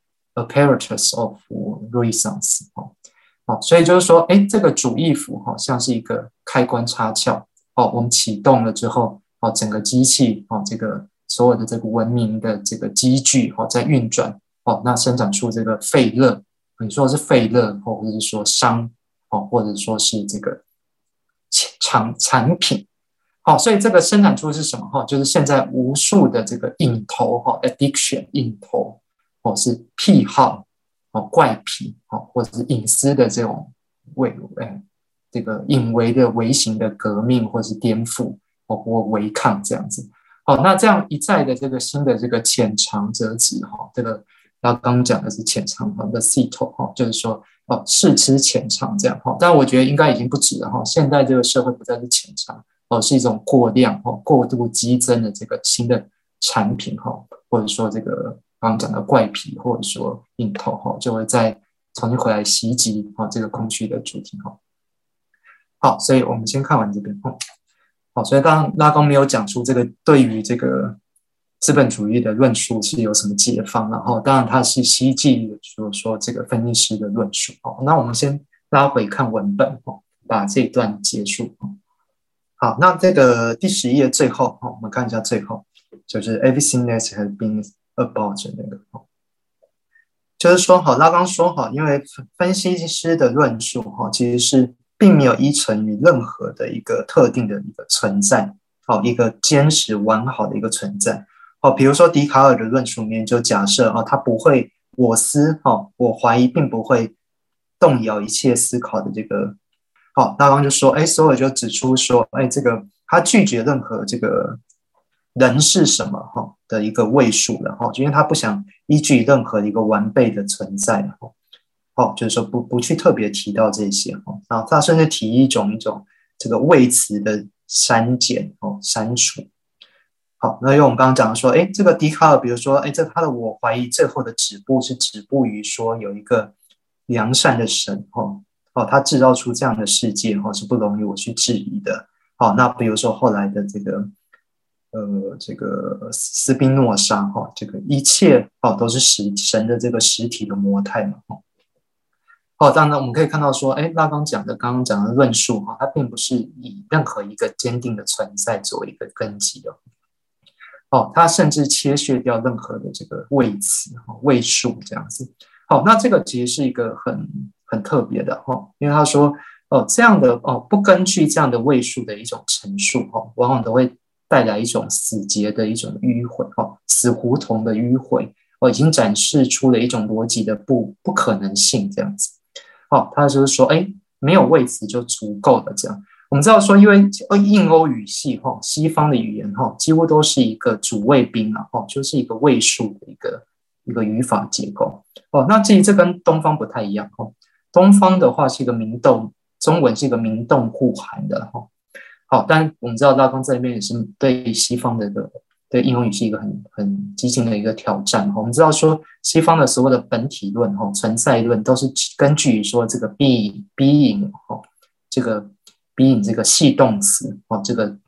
apparatus of renaissance所以就是说这个主翼符像是一个开关插窍我们启动了之后整个机器这个所有的这个文明的这个机具在运转那生产出这个废热，你说是废热或者是说商或者说是这个产品所以这个生产出是什么就是现在无数的这个瘾头addiction 瘾头是癖好怪癖或者是隐私的这种这个隐微的微型的革命或是颠覆或违抗这样子那这样一再的这个新的这个浅尝辄止这个刚刚讲的是浅尝的系统就是说试吃浅尝这样但我觉得应该已经不止了现在这个社会不再是浅尝是一种过量过度激增的这个新的产品或者说这个刚刚讲的怪癖或者说瘾头就会再重新回来袭击这个空虚的主题好，所以我们先看完这边所以刚刚拉冈没有讲出这个对于这个资本主义的论述是有什么解放，然后当然他是希冀说这个分析师的论述那我们先拉回看文本把这一段结束好，那这个第10页最后我们看一下最后就是 everything that has been about 那个就是说拉冈说因为分析师的论述其实是并没有依存于任何的一个特定的一个存在一个坚实完好的一个存在比如说笛卡尔的论述里面就假设他不会我思我怀疑并不会动摇一切思考的这个拉冈就说所有就指出说这个他拒绝任何这个人是什么的一个位数了因为他不想依据任何一个完备的存在就是说不去特别提到这些然后他甚至提一种这个谓词的删减删除好，那因为我们刚刚讲说这个笛卡尔比如说这他的我怀疑最后的止步是止步于说有一个良善的神他制造出这样的世界是不容易我去质疑的那比如说后来的这个斯宾诺莎这个一切都是神的这个实体的模态嘛当然我们可以看到说拉冈刚刚讲的论述它并不是以任何一个坚定的存在作为一个根基它甚至切削掉任何的这个谓词谓数这样子那这个其实是一个很特别的因为他说这样的不根据这样的谓数的一种陈述往往都会带来一种死结的一种迂回死胡同的迂回已经展示出了一种逻辑的不可能性这样子他就是说没有谓词就足够了这样。我们知道说因为印欧语系西方的语言几乎都是一个主谓宾就是一个谓数的一个语法结构那至于这跟东方不太一样东方的话是一个明动，中文是一个明动互含的但我们知道拉冈在这边也是对西方的对印欧语系一个很激进的一个挑战我们知道说西方的所有的本体论存在论都是根据说这个 being 这个 being 这个系动词这个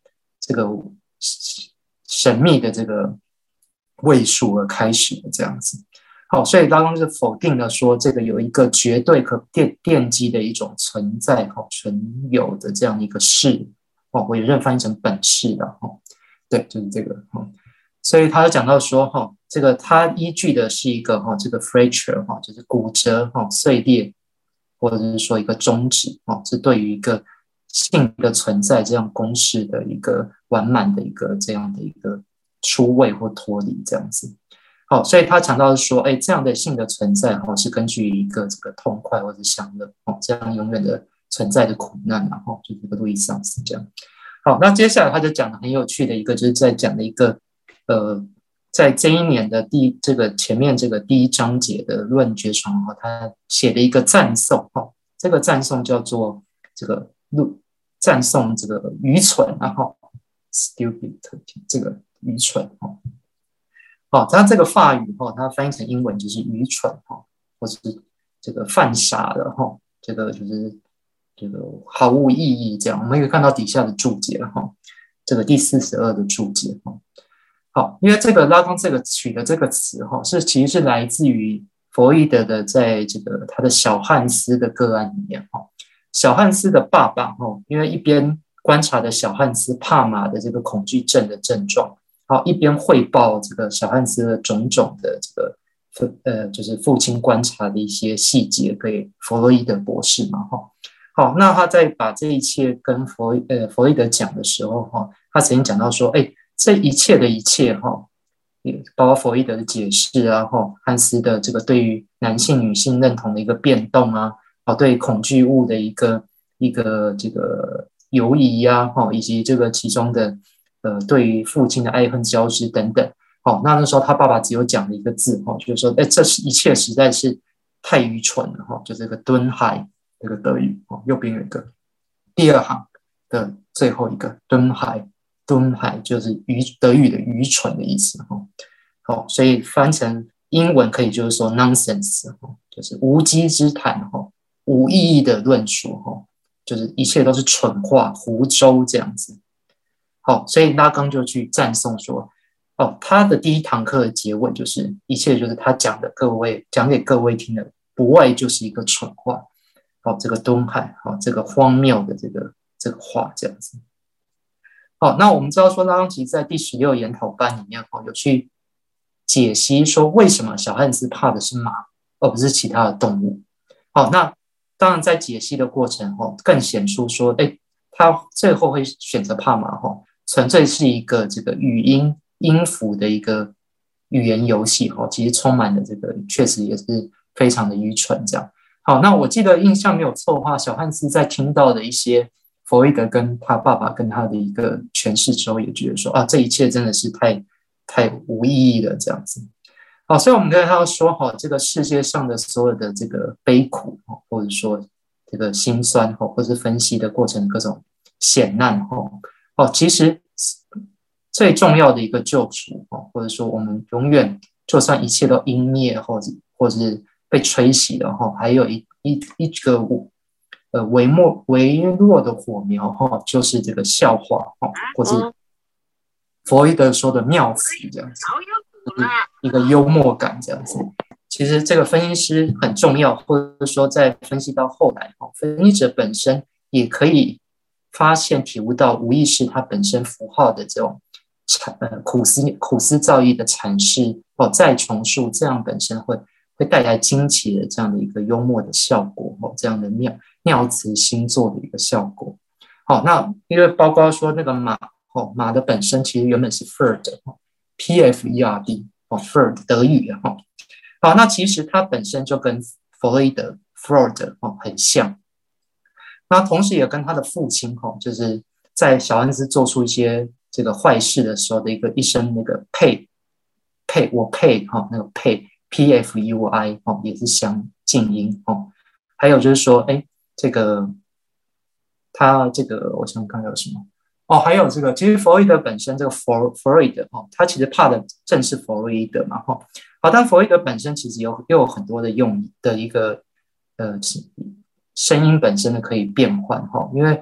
神秘的这个谓数而开始的这样子所以拉冈是否定了说这个有一个绝对可奠基的一种存在存有的这样一个事我也认翻译成本事的对，就是这个所以他就讲到说这个他依据的是一个这个 fracture 就是骨折碎裂或者是说一个终止是对于一个性的存在这样公式的一个完满的一个这样的一个出位或脱离这样子。好，所以他强调是说，这样的性的存在是根据一个这个痛快或者享乐这样永远的存在的苦难，然后就是这个路易桑斯这样。好，那接下来他就讲的很有趣的一个，就是在讲的一个在这一年的这个前面这个第一章节的论决传他写了一个赞颂这个赞颂叫做这个赞颂这个愚蠢stupid 这个愚蠢它这个法语它翻译成英文就是愚蠢或是这个犯傻的这个就是这个毫无意义这样。我们可以看到底下的注解这个第42的注解好，因为这个拉冈这个取的这个词其实是来自于弗洛伊德的在这个他的小汉斯的个案里面小汉斯的爸爸因为一边观察的小汉斯帕马的这个恐惧症的症状一边汇报这个小汉斯的种种的这个就是父亲观察的一些细节给弗洛伊德博士嘛好，那他在把这一切跟弗洛伊德讲的时候他曾经讲到说这一切的一切包括弗洛伊德的解释啊汉斯的这个对于男性女性认同的一个变动啊对恐惧物的一个这个游移啊以及这个其中的对于父亲的爱恨交织等等那时候他爸爸只有讲了一个字就是说这一切实在是太愚蠢了就这个敦海这个德语右边有一个第二行的最后一个敦海就是德语的愚蠢的意思所以翻成英文可以就是说 nonsense 就是无稽之谈无意义的论述就是一切都是蠢话胡诌这样子所以拉冈就去赞颂说他的第一堂课的结尾就是一切就是他讲给各位听的不外就是一个蠢话这个敦海这个荒谬的这个话这样子那我们知道说拉冈其实在第16研讨班里面有去解析说为什么小汉斯怕的是马而不是其他的动物那当然在解析的过程更显出说他最后会选择怕马纯粹是一个这个语音音符的一个语言游戏其实充满了这个确实也是非常的愚蠢这样。好，那我记得印象没有错的话，小汉斯在听到的一些弗洛伊德跟他爸爸跟他的一个诠释之后，也觉得说这一切真的是太无意义了这样子。好，所以我们跟他说这个世界上的所有的这个悲苦或者说这个辛酸或者是分析的过程各种险难其实最重要的一个救赎或者说我们永远就算一切都湮灭或者是被吹熄了还有一个微弱的火苗就是这个笑话或是弗洛伊德说的妙词这样子，就是一个幽默感这样子。其实这个分析师很重要，或者说在分析到后来分析者本身也可以发现体悟到无意识它本身符号的这种苦思造诣的阐释再重述，这样本身会带来惊奇的这样的一个幽默的效果这样的妙词星座的一个效果。那因为包括说那个马的本身其实原本是 Ferd P-F-E-R-D Ferd 德语好，那其实它本身就跟弗洛伊德 Freud 很像，那同时也跟他的父亲就是在小汉斯做出一些这个坏事的时候的一声那个配那个配 P-F-U-I 也是相近音还有就是说这个他这个我想看有什么还有这个其实弗洛伊德本身这个弗洛伊德他其实怕的正是弗洛伊德嘛但弗洛伊德本身其实又有很多的用的一个声音本身的可以变换因为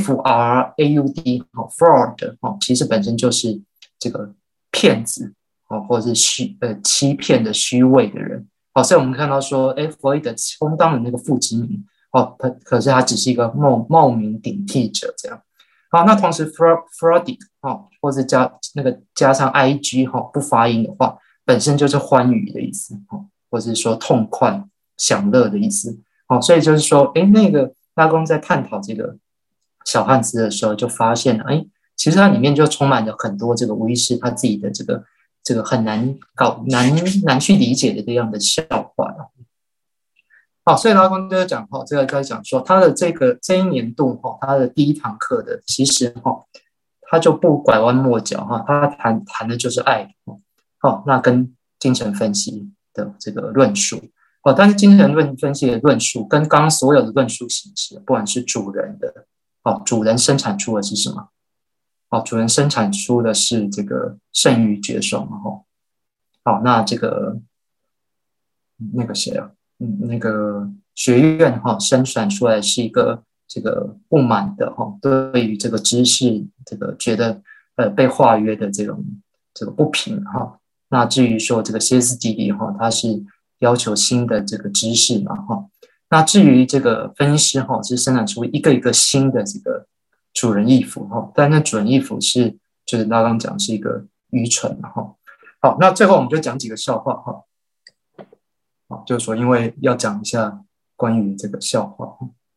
F-R-A-U-D fraud 其实本身就是这个骗子或者是欺骗的虚伪的人所以我们看到说弗洛伊德充当了那个父之名可是他只是一个冒名顶替者这样。好，那同时 Freudic 或者加上 IG 不发音的话，本身就是欢愉的意思或者是说痛快享乐的意思所以就是说那个拉贡在探讨这个小汉字的时候，就发现哎，其实它里面就充满了很多这个吴医师他自己的这个很难去理解的这样的笑话。好，所以拉康就讲这个在讲说他的这一年度他的第一堂课的其实他就不拐弯抹角他谈的就是爱那跟精神分析的这个论述但是精神分析的论述跟刚刚所有的论述形式，不管是主人的主人生产出的是什么主人生产出的是这个剩余绝爽那这个那个谁那个学院生产出来是一个这个不满的对于这个知识这个觉得被化约的这个不平那至于说这个歇斯底里他是要求新的这个知识嘛那至于这个分析师是生产出一个一个新的这个主人意符但那主人意符就是刚刚讲是一个愚蠢好，那最后我们就讲几个笑话就是说因为要讲一下关于这个笑话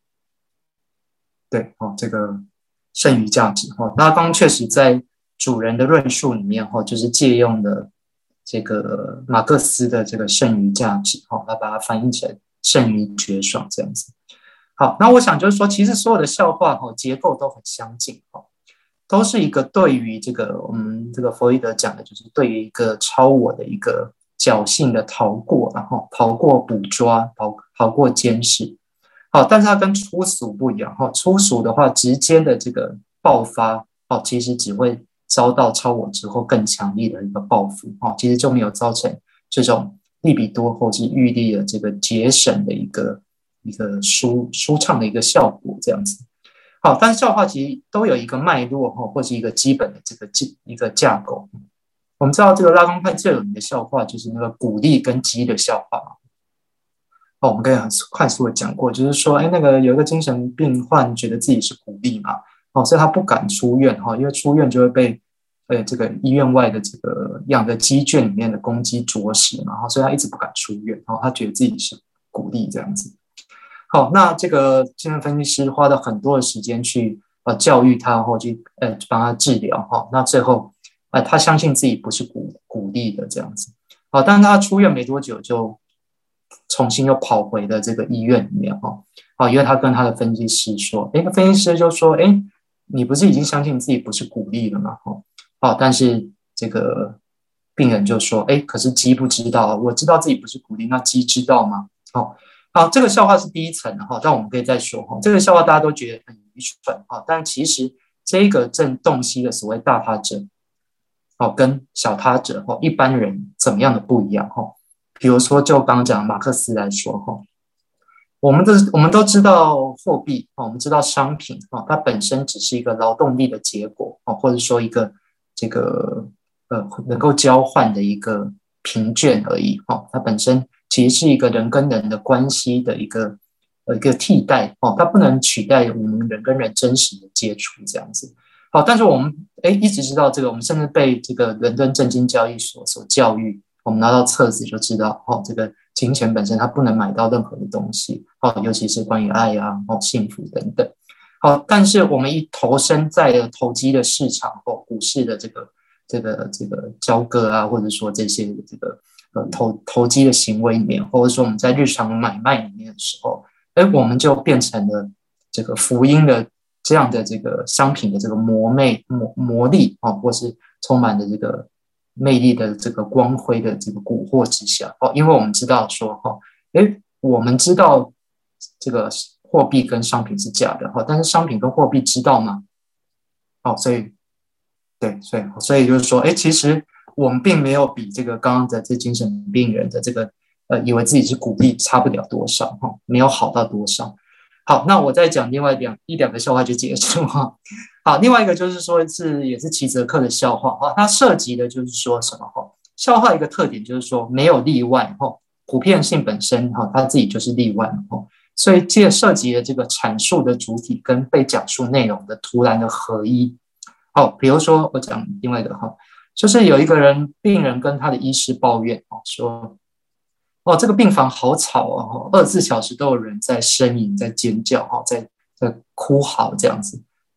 对这个剩余价值那刚刚确实在主人的论述里面就是借用了这个马克思的这个剩余价值来把它翻译成剩余绝爽这样子。好，那我想就是说其实所有的笑话结构都很相近都是一个对于这个我们这个弗洛伊德讲的就是对于一个超我的一个侥幸的逃过，然后逃过捕抓，逃过监视。但是它跟粗俗不一样粗俗的话，直接的这个爆发其实只会遭到超我之后更强烈的一个报复其实就没有造成这种利比多或是欲力的这个节省的一个舒畅的一个效果这样子。好，但是笑话其实都有一个脉络或是一个基本的这个一个架构。我们知道这个拉康派最有名的笑话就是那个鼓励跟鸡的笑话我们刚才很快速的讲过，就是说那个有一个精神病患觉得自己是鼓励嘛所以他不敢出院因为出院就会被这个医院外的这个养的鸡圈里面的公鸡啄食嘛所以他一直不敢出院他觉得自己是鼓励这样子。好，那这个精神分析师花了很多的时间去教育他或去帮他治疗那最后他相信自己不是鼓励的这样子但是他出院没多久就重新又跑回了这个医院里面因为他跟他的分析师说那分析师就说你不是已经相信自己不是鼓励了吗但是这个病人就说可是鸡不知道我知道自己不是鼓励，那鸡知道吗好，这个笑话是第一层的但我们可以再说这个笑话大家都觉得很愚蠢但其实这个正洞悉的所谓大他者跟小他者一般人怎么样的不一样比如说就刚刚讲马克思来说我们都知道货币我们知道商品它本身只是一个劳动力的结果或者说一个这个能够交换的一个凭券而已它本身其实是一个人跟人的关系的一个替代它不能取代我们人跟人真实的接触这样子但是我们一直知道这个，我们甚至被这个伦敦政经交易所教育，我们拿到册子就知道这个金钱本身它不能买到任何的东西尤其是关于爱啊幸福等等但是我们一投身在投机的市场股市的这个交割啊，或者说这些这个投机的行为里面，或者说我们在日常买卖里面的时候我们就变成了这个福音的这样的这个商品的这个魔力或是充满了这个魅力的这个光辉的这个蛊惑之下因为我们知道说我们知道这个货币跟商品是假的但是商品跟货币知道吗所以就是说其实我们并没有比这个刚刚的这精神病人的这个以为自己是鼓励差不了多少没有好到多少。好，那我再讲另外一两个笑话就结束好，另外一个就是说也是齐泽克的笑话它涉及的就是说什么笑话一个特点就是说没有例外普遍性本身它自己就是例外所以涉及了这个阐述的主体跟被讲述内容的突然的合一比如说我讲另外一个就是有一个病人跟他的医师抱怨说这个病房好吵24小时都有人在呻吟在尖叫在哭嚎这样子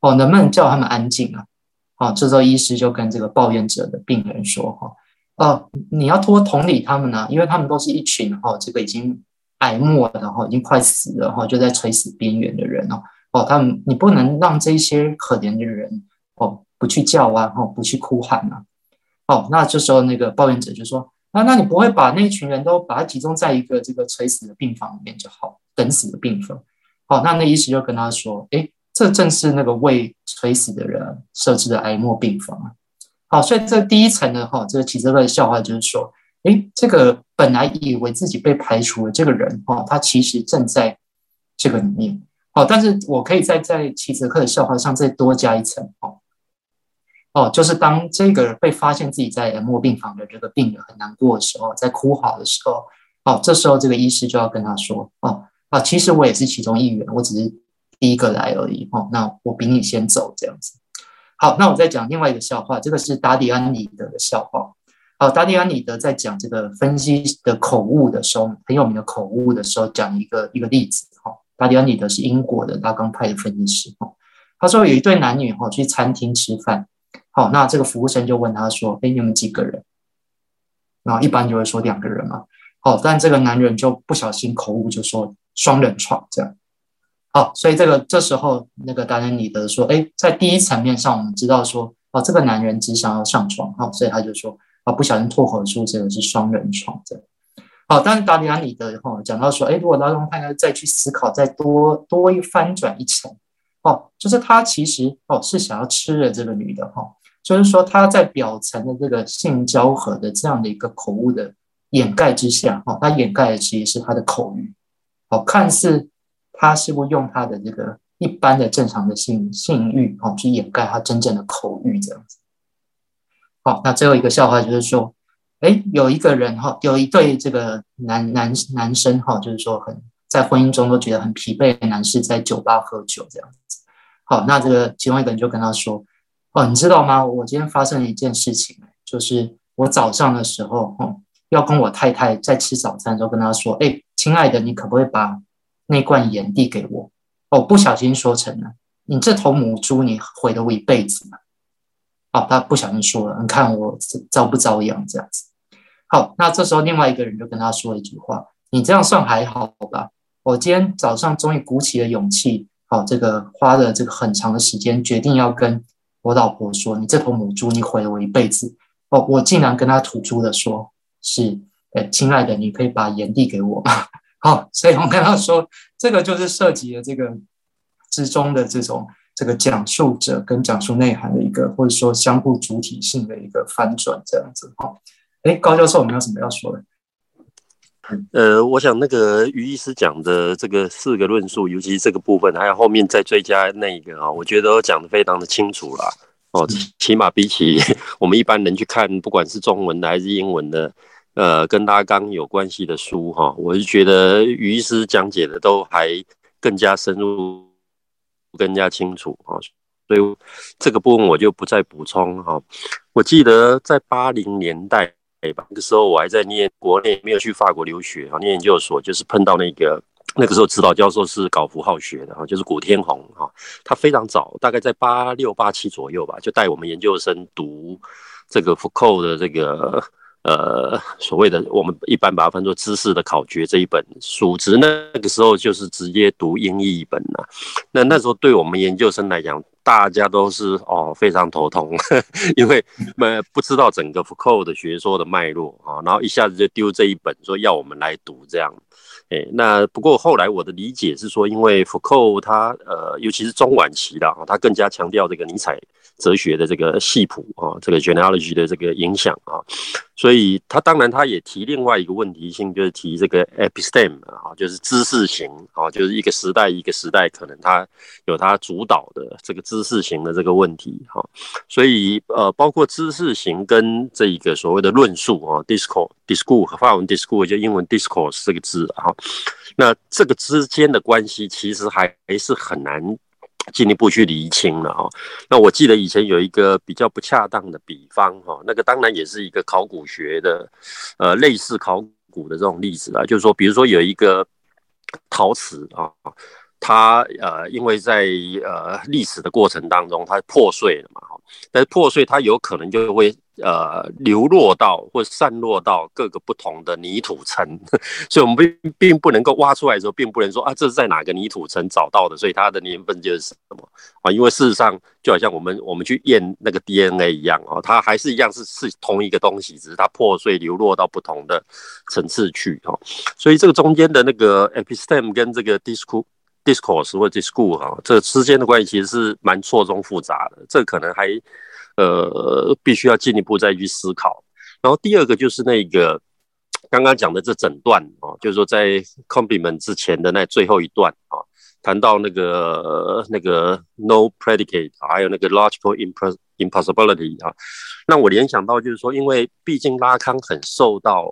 能不能叫他们安静啊？这时候医师就跟这个抱怨者的病人说你要多同理他们因为他们都是一群这个已经癌末的已经快死了就在垂死边缘的人你不能让这些可怜的人不去叫不去哭喊那这时候那个抱怨者就说那你不会把那群人都把它集中在一个这个垂死的病房里面就好，等死的病房那医师就跟他说这正是那个为垂死的人设置的癌末病房所以这第一层的这个齐泽克的笑话就是说这个本来以为自己被排除的这个人他其实正在这个里面但是我可以在齐泽克的笑话上再多加一层就是当这个被发现自己在癌末病房的这个病人很难过的时候，在哭嚎的时候这时候这个医师就要跟他说其实我也是其中一员，我只是第一个来而已那我比你先走这样子。好，那我再讲另外一个笑话，这个是达迪安里德的笑话。达迪安里德在讲这个分析的口误的时候，很有名的口误的时候，讲一个例子达迪安里德是英国的拉冈派的分析师他说有一对男女去餐厅吃饭那这个服务生就问他说你们几个人？然后一般就会说2个人嘛但这个男人就不小心口误就说双人床这样所以这时候那个达迪里德说在第一层面上我们知道说这个男人只想要上床所以他就说不小心脱口出这个是双人床这样但是达迪安里德讲到说如果拉冈派再去思考再多翻转一层就是他其实是想要吃了这个女的就是说他在表层的这个性交合的这样的一个口误的掩盖之下他掩盖的其实是他的口欲看似他是不是用他的这个一般的正常的性欲去掩盖他真正的口欲这样子那最后一个笑话就是说有一个人有一对这个男生就是说在婚姻中都觉得很疲惫的男士在酒吧喝酒这样子那这个其中一个人就跟他说你知道吗？我今天发生了一件事情就是我早上的时候要跟我太太在吃早餐的时候跟她说亲爱的，你可不可以把那罐盐递给我不小心说成了你这头母猪你毁了我一辈子嘛他不小心说了，你看我遭不遭殃这样子那这时候另外一个人就跟他说一句话，你这样算还好吧，我今天早上终于鼓起了勇气这个花了这个很长的时间决定要跟我老婆说你这头母猪你毁了我一辈子我竟然跟他吐出的说是亲爱的，你可以把盐递给我吗所以我跟他说这个就是涉及了这个之中的这个讲述者跟讲述内涵的一个或者说相互主体性的一个翻转这样子高教授有没有什么要说的？ 我想那个于医师讲的这个4个论述，尤其是这个部分，还有后面再追加那个我觉得都讲得非常的清楚啦起码比起我们一般人去看，不管是中文的还是英文的，跟拉冈有关系的书我是觉得于医师讲解的都还更加深入、更加清楚所以这个部分我就不再补充我记得在80年代。那个时候我还在念国内，没有去法国留学念研究所，就是碰到那个时候指导教授是搞符号学的就是古天宏他非常早，大概在86、87左右吧，就带我们研究生读这个福寇的这个所谓的我们一般把它分作知识的考诀这一本书，只是那个时候就是直接读英译本那时候对我们研究生来讲，大家都是非常头痛因为不知道整个福寇的学说的脉络然后一下子就丢这一本说要我们来读这样那不过后来我的理解是说，因为福寇他尤其是中晚期的他更加强调这个尼采哲学的这个系谱这个 genealogy 的这个影响所以他当然他也提另外一个问题性，就是提这个 episteme 就是知识型就是一个时代一个时代可能他有他主导的这个知识型的这个问题所以包括知识型跟这一个所谓的论述discourse 法文 discourse 就英文 discourse 这个字那这个之间的关系其实还是很难进一步去厘清了那我记得以前有一个比较不恰当的比方那个当然也是一个考古学的类似考古的这种例子就是说比如说有一个陶瓷它因为在历史的过程当中它破碎了嘛，但是破碎它有可能就会流落到或散落到各个不同的泥土层，所以我们并不能够挖出来的时候，并不能说啊这是在哪个泥土层找到的，所以它的年份就是什么啊？因为事实上就好像我们去验那个 DNA 一样哦，它还是一样是同一个东西，只是它破碎流落到不同的层次去哦。所以这个中间的那个 episteme 跟这个 discourse 或 discourse 这个之间的关系其实是蛮错综复杂的，这可能还必须要进一步再去思考。然后第二个就是那个刚刚讲的这整段就是说在 complement 之前的那最后一段谈到那个 no predicate 还有那个 logical impossibility 让我联想到就是说，因为毕竟拉康很受到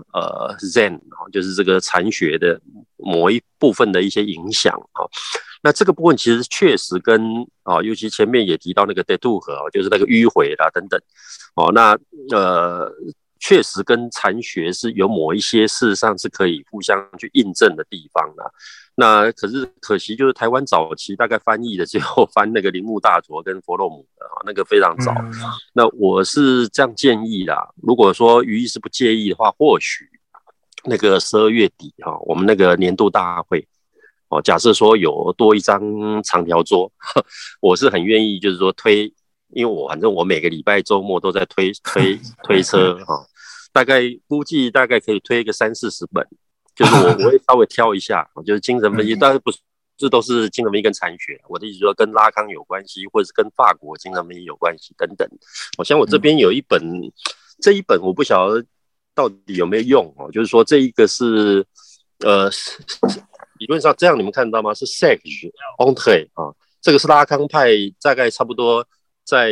Zen 就是这个禅学的某一部分的一些影响那这个部分其实确实跟尤其前面也提到那个 Détour 就是那个迂回啦等等那确实跟禅学是有某一些事实上是可以互相去印证的地方啦。那可惜就是台湾早期大概翻译的只有翻那个铃木大佐跟佛洛姆的那个非常早。那我是这样建议啦，如果说于医师不介意的话，或许那个12月底我们那个年度大会假设说有多一张长条桌，我是很愿意就是说推，因为反正我每个礼拜周末都在推车大概估计大概可以推个30-40本，就是我会稍微挑一下就是精神分析，但是不是这都是精神分析跟禅学，我的意思说跟拉康有关系，或者是跟法国精神分析有关系等等。像我这边有一本，这一本我不晓得到底有没有用就是说这一个是理论上这样你们看到吗？是 Serge Ontre 这个是拉康派，大概差不多在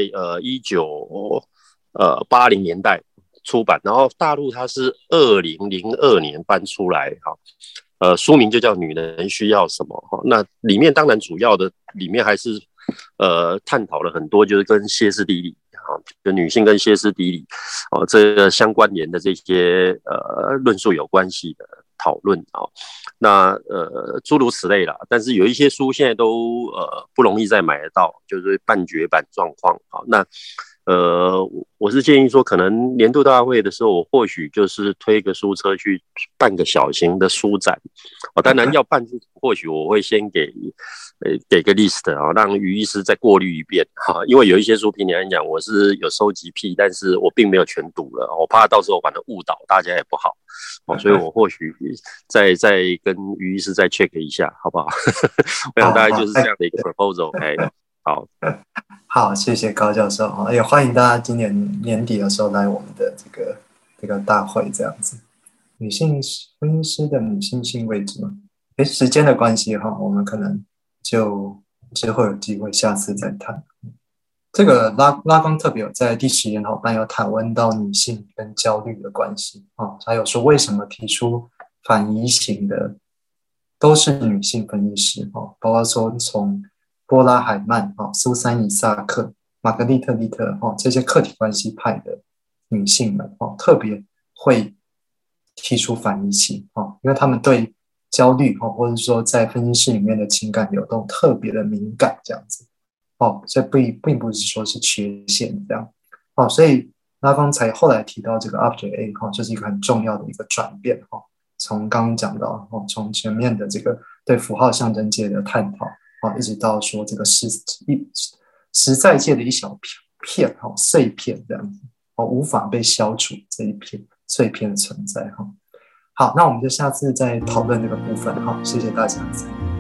1980年代出版，然后大陆它是2002年搬出来书名就叫《女人需要什么》那里面当然主要的里面还是探讨了很多就是跟歇斯底里跟女性跟歇斯底里这个相关联的这些论述有关系的讨论那诸如此类啦。但是有一些书现在都不容易再买得到，就是半绝版状况那我是建议说，可能年度大会的时候，我或许就是推个书车去办个小型的书展当然要办，或许我会先给个 list 让于医师再过滤一遍因为有一些书评来讲，我是有收集癖，但是我并没有全读了，我怕到时候反正误导大家也不好所以我或许再跟于医师再 check 一下，好不好？我想大概就是这样的一个 proposal。 好，谢谢高教授也欢迎大家今年年底的时候来我们的这个大会这样子。女性分析师的女性性位置吗？时间的关系我们可能就之后有机会下次再谈。这个拉康特别有在第10研讨班有讨论到女性跟焦虑的关系还有说为什么提出反移情的都是女性分析师包括说从波拉海曼苏珊以萨克、玛格丽特利特这些客体关系派的女性们特别会提出反移情因为他们对焦虑或者说在分析室里面的情感流动特别的敏感这样子所以并不是说是缺陷这样所以拉康才后来提到这个 Object A 就是一个很重要的一个转变从刚刚讲到从前面的这个对符号象征界的探讨一直到说这个实在界的一小片碎片这样子无法被消除这一片碎片的存在好，那我们就下次再讨论这个部分谢谢大家。